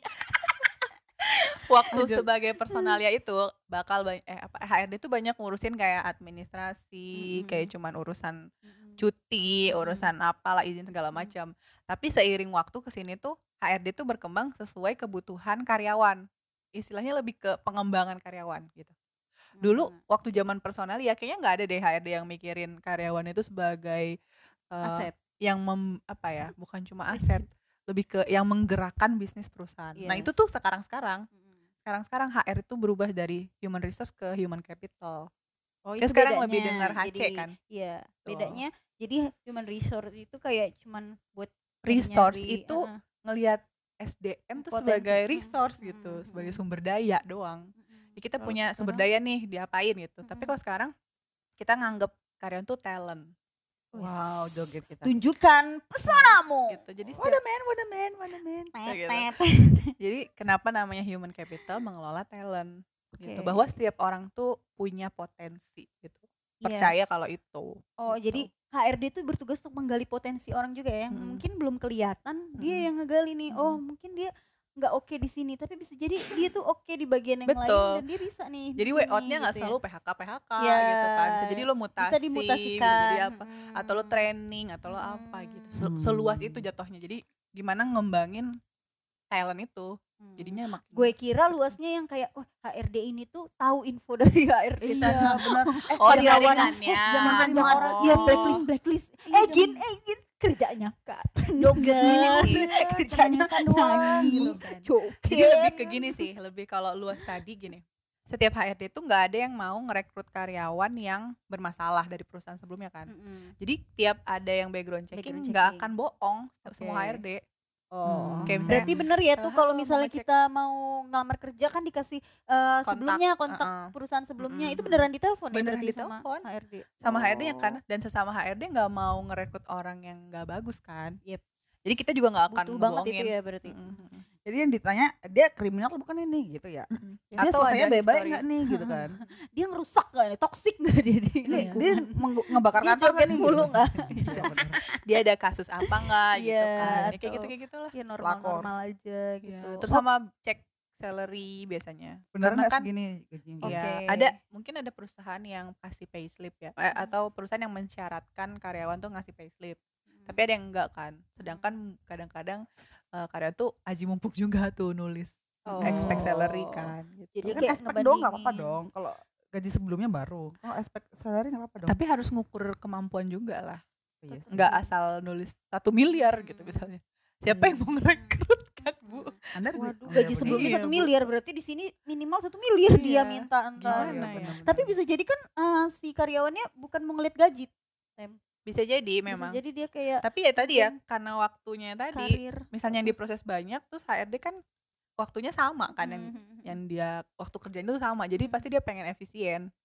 Waktu Lanjut. sebagai personalia itu bakal ba- eh apa H R D tuh banyak ngurusin kayak administrasi, Mm-mm. kayak cuman urusan Mm-mm. cuti, Mm-mm. urusan apalah izin segala macam. Tapi seiring waktu kesini tuh H R D tuh berkembang sesuai kebutuhan karyawan. Istilahnya lebih ke pengembangan karyawan gitu. Dulu Mm. waktu zaman personalia kayaknya nggak ada deh H R D yang mikirin karyawan itu sebagai eh, Aset. yang mem, apa ya, bukan cuma aset, lebih ke yang menggerakkan bisnis perusahaan. Nah, Yes. itu tuh sekarang-sekarang Mm-mm. sekarang-sekarang H R itu berubah dari human resource ke human capital. Oh, Kayak itu sekarang bedanya. lebih dengar H C Jadi, kan. Iya, Tuh. bedanya jadi human resource itu kayak cuman buat Resource nyari, itu uh-uh. ngelihat S D M tuh Potensi. sebagai Mm, resource mm, gitu, mm, sebagai mm. sumber daya doang. Mm-mm. Ya, kita Kalau punya sumber sekarang- daya nih, diapain gitu. Tapi Mm-mm. kalau sekarang kita nganggap karyawan tuh talent Wow, joget kita. Tunjukkan pesonamu. gitu. Jadi What setiap, a man, what a man, what a man. gitu. Tet. Jadi kenapa namanya human capital, mengelola talent gitu. Oke. Bahwa setiap orang tuh punya potensi gitu. Percaya Yes. kalau itu. Oh, gitu. jadi H R D itu bertugas untuk menggali potensi orang juga ya. Yang Mm-mm. mungkin belum kelihatan, dia Mm-mm. yang ngegali nih. Oh, Mm-mm. mungkin dia nggak oke di sini, tapi bisa jadi dia tuh oke di bagian yang lain Betul. dan dia bisa nih. di Jadi sini, way out-nya nggak gitu selalu P H K P H K Ya. gitu kan. Bisa jadi lo ya. mutasi, Bisa dimutasikan. bisa jadi apa? Mm. Atau lo training atau lo apa gitu. Se- Hmm. Seluas itu jatuhnya. Jadi gimana ngembangin talent itu. Hmm. Jadinya makin Gue luas. kira luasnya yang kayak wah H R D ini tuh tahu info dari H R D sana. Iya, benar. Eh, Oh, karyawan jaringannya. jangan Jangan terima jangan orang. ya Oh. blacklist blacklist. Iya, Eh gin eh gin kerjanya kapan? Joget Bener. gini sih. Eh, kerjanya Cengengesan doang, nyanyi, gitu kan. joget. Jadi lebih ke gini sih, lebih kalau luas tadi gini. Setiap H R D itu nggak ada yang mau ngerekrut karyawan yang bermasalah dari perusahaan sebelumnya kan. Mm-mm. Jadi tiap ada yang background checking Background nggak checking. akan bohong semua Oke. H R D. Oh, Kayak misalnya, berarti bener ya tuh "Ah, kalau mau misalnya ngecek." kita mau ngelamar kerja kan dikasih eh, sebelumnya kontak uh-uh. perusahaan sebelumnya itu Mm-mm. beneran ditelepon ya Beneran berarti sama ditelepon. H R D. Sama H R D ya Oh. kan, dan sesama H R D nggak mau ngerekrut orang yang nggak bagus kan. Yep. Jadi kita juga nggak akan Butuh banget itu ngebohongin. ya berarti. Mm-mm. Jadi yang ditanya dia kriminal bukan ini gitu ya. Mm-mm. Dia Atau selesainya ada baik-baik story. nggak nih gitu kan. Dia ngerusak gak nih? Toxic gak dia di Dia, lingkungan? dia meng- ngebakar Dia kantor joget kan nih mulu gitu. nggak? Iya benar. Dia ada kasus apa nggak gitu Iya, kan. Ya, kayak atau- gitu kayak gitulah. Ya normal-normal aja Ya, gitu. terus sama cek salary biasanya. Benar Karena nggak kan segini gajinya? Oke. ya ada mungkin ada perusahaan yang kasih payslip ya, eh, atau perusahaan yang mensyaratkan karyawan tuh ngasih payslip. Tapi ada yang enggak kan. Sedangkan kadang-kadang eh, karyawan tuh aji mumpung juga tuh nulis Oh. expect salary kan gitu. Jadi Kan kayak aspek dong nggak apa-apa ngebandingin. dong. Kalau gaji sebelumnya baru. Kalau aspek salary nggak apa-apa dong. Tapi harus ngukur kemampuan juga lah. Iya sih. Nggak asal nulis satu miliar gitu misalnya. Siapa yang mau ngerekrut kan Bu? Anda Waduh, oh, gaji iya, sebelumnya Iya, satu Bu. miliar berarti di sini minimal satu miliar Iya. dia minta entar. Gimana benar, ya? benar. Tapi bisa jadi kan eh, si karyawannya bukan mau ngeliat gaji, Bisa jadi bisa memang. jadi dia kayak Tapi ya tadi ya Hmm. karena waktunya tadi, karir. misalnya yang diproses banyak terus H R D kan waktunya sama kan yang Mhm. yang dia waktu kerjanya itu sama. Jadi pasti dia pengen efisien.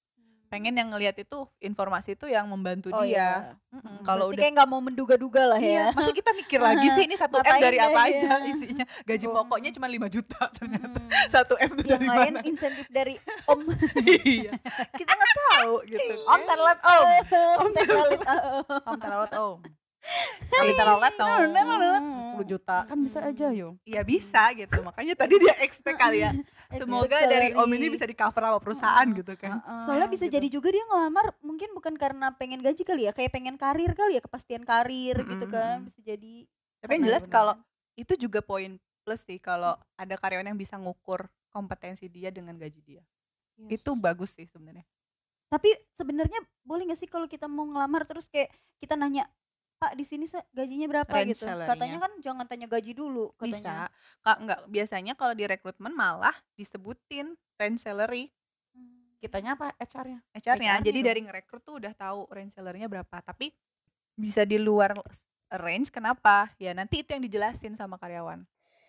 pengen yang ngelihat itu informasi itu yang membantu Oh, dia. iya. Mm-mm, Kalau Berarti udah kayak nggak mau menduga-duga lah iya, ya. masih kita mikir lagi sih ini satu M Ngapain dari apa ya, aja iya. isinya. Gaji Oh. pokoknya cuma lima juta ternyata. Hmm. satu M itu Yang dari lain mana? insentif dari Om. Iya. Kita nggak tahu gitu. Om telet om. Om Telolet. Om telet om. Sekali telet om. sepuluh juta kan bisa aja yo. Iya bisa gitu. Makanya tadi dia expect kali ya. Semoga dari Om ini bisa di cover sama perusahaan gitu kan. Soalnya bisa gitu. jadi juga dia ngelamar mungkin bukan karena pengen gaji kali ya, kayak pengen karir kali ya, kepastian karir Mm-mm. gitu kan, bisa jadi. Tapi yang Benar, jelas benar. kalau itu juga poin plus sih kalau ada karyawan yang bisa ngukur kompetensi dia dengan gaji dia. Itu bagus sih sebenarnya. Tapi sebenarnya boleh nggak sih kalau kita mau ngelamar terus kayak kita nanya, Pak di sini se- gajinya berapa Range gitu? salary-nya. Katanya kan jangan tanya gaji dulu katanya. Bisa. Kak enggak biasanya kalau di rekrutmen malah disebutin range salary Hmm. Kitanya apa H R-nya? H R-nya. H R-nya Jadi dong. dari ngerekrut tuh udah tahu range salary-nya berapa. Tapi bisa di luar range kenapa? Ya nanti itu yang dijelasin sama karyawan.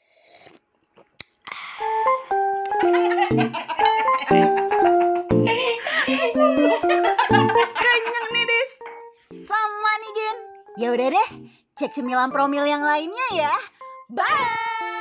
Kenyang nih, Dis. Sama nih, Gen. Ya udah deh, cek cemilan promil yang lainnya ya. Bye.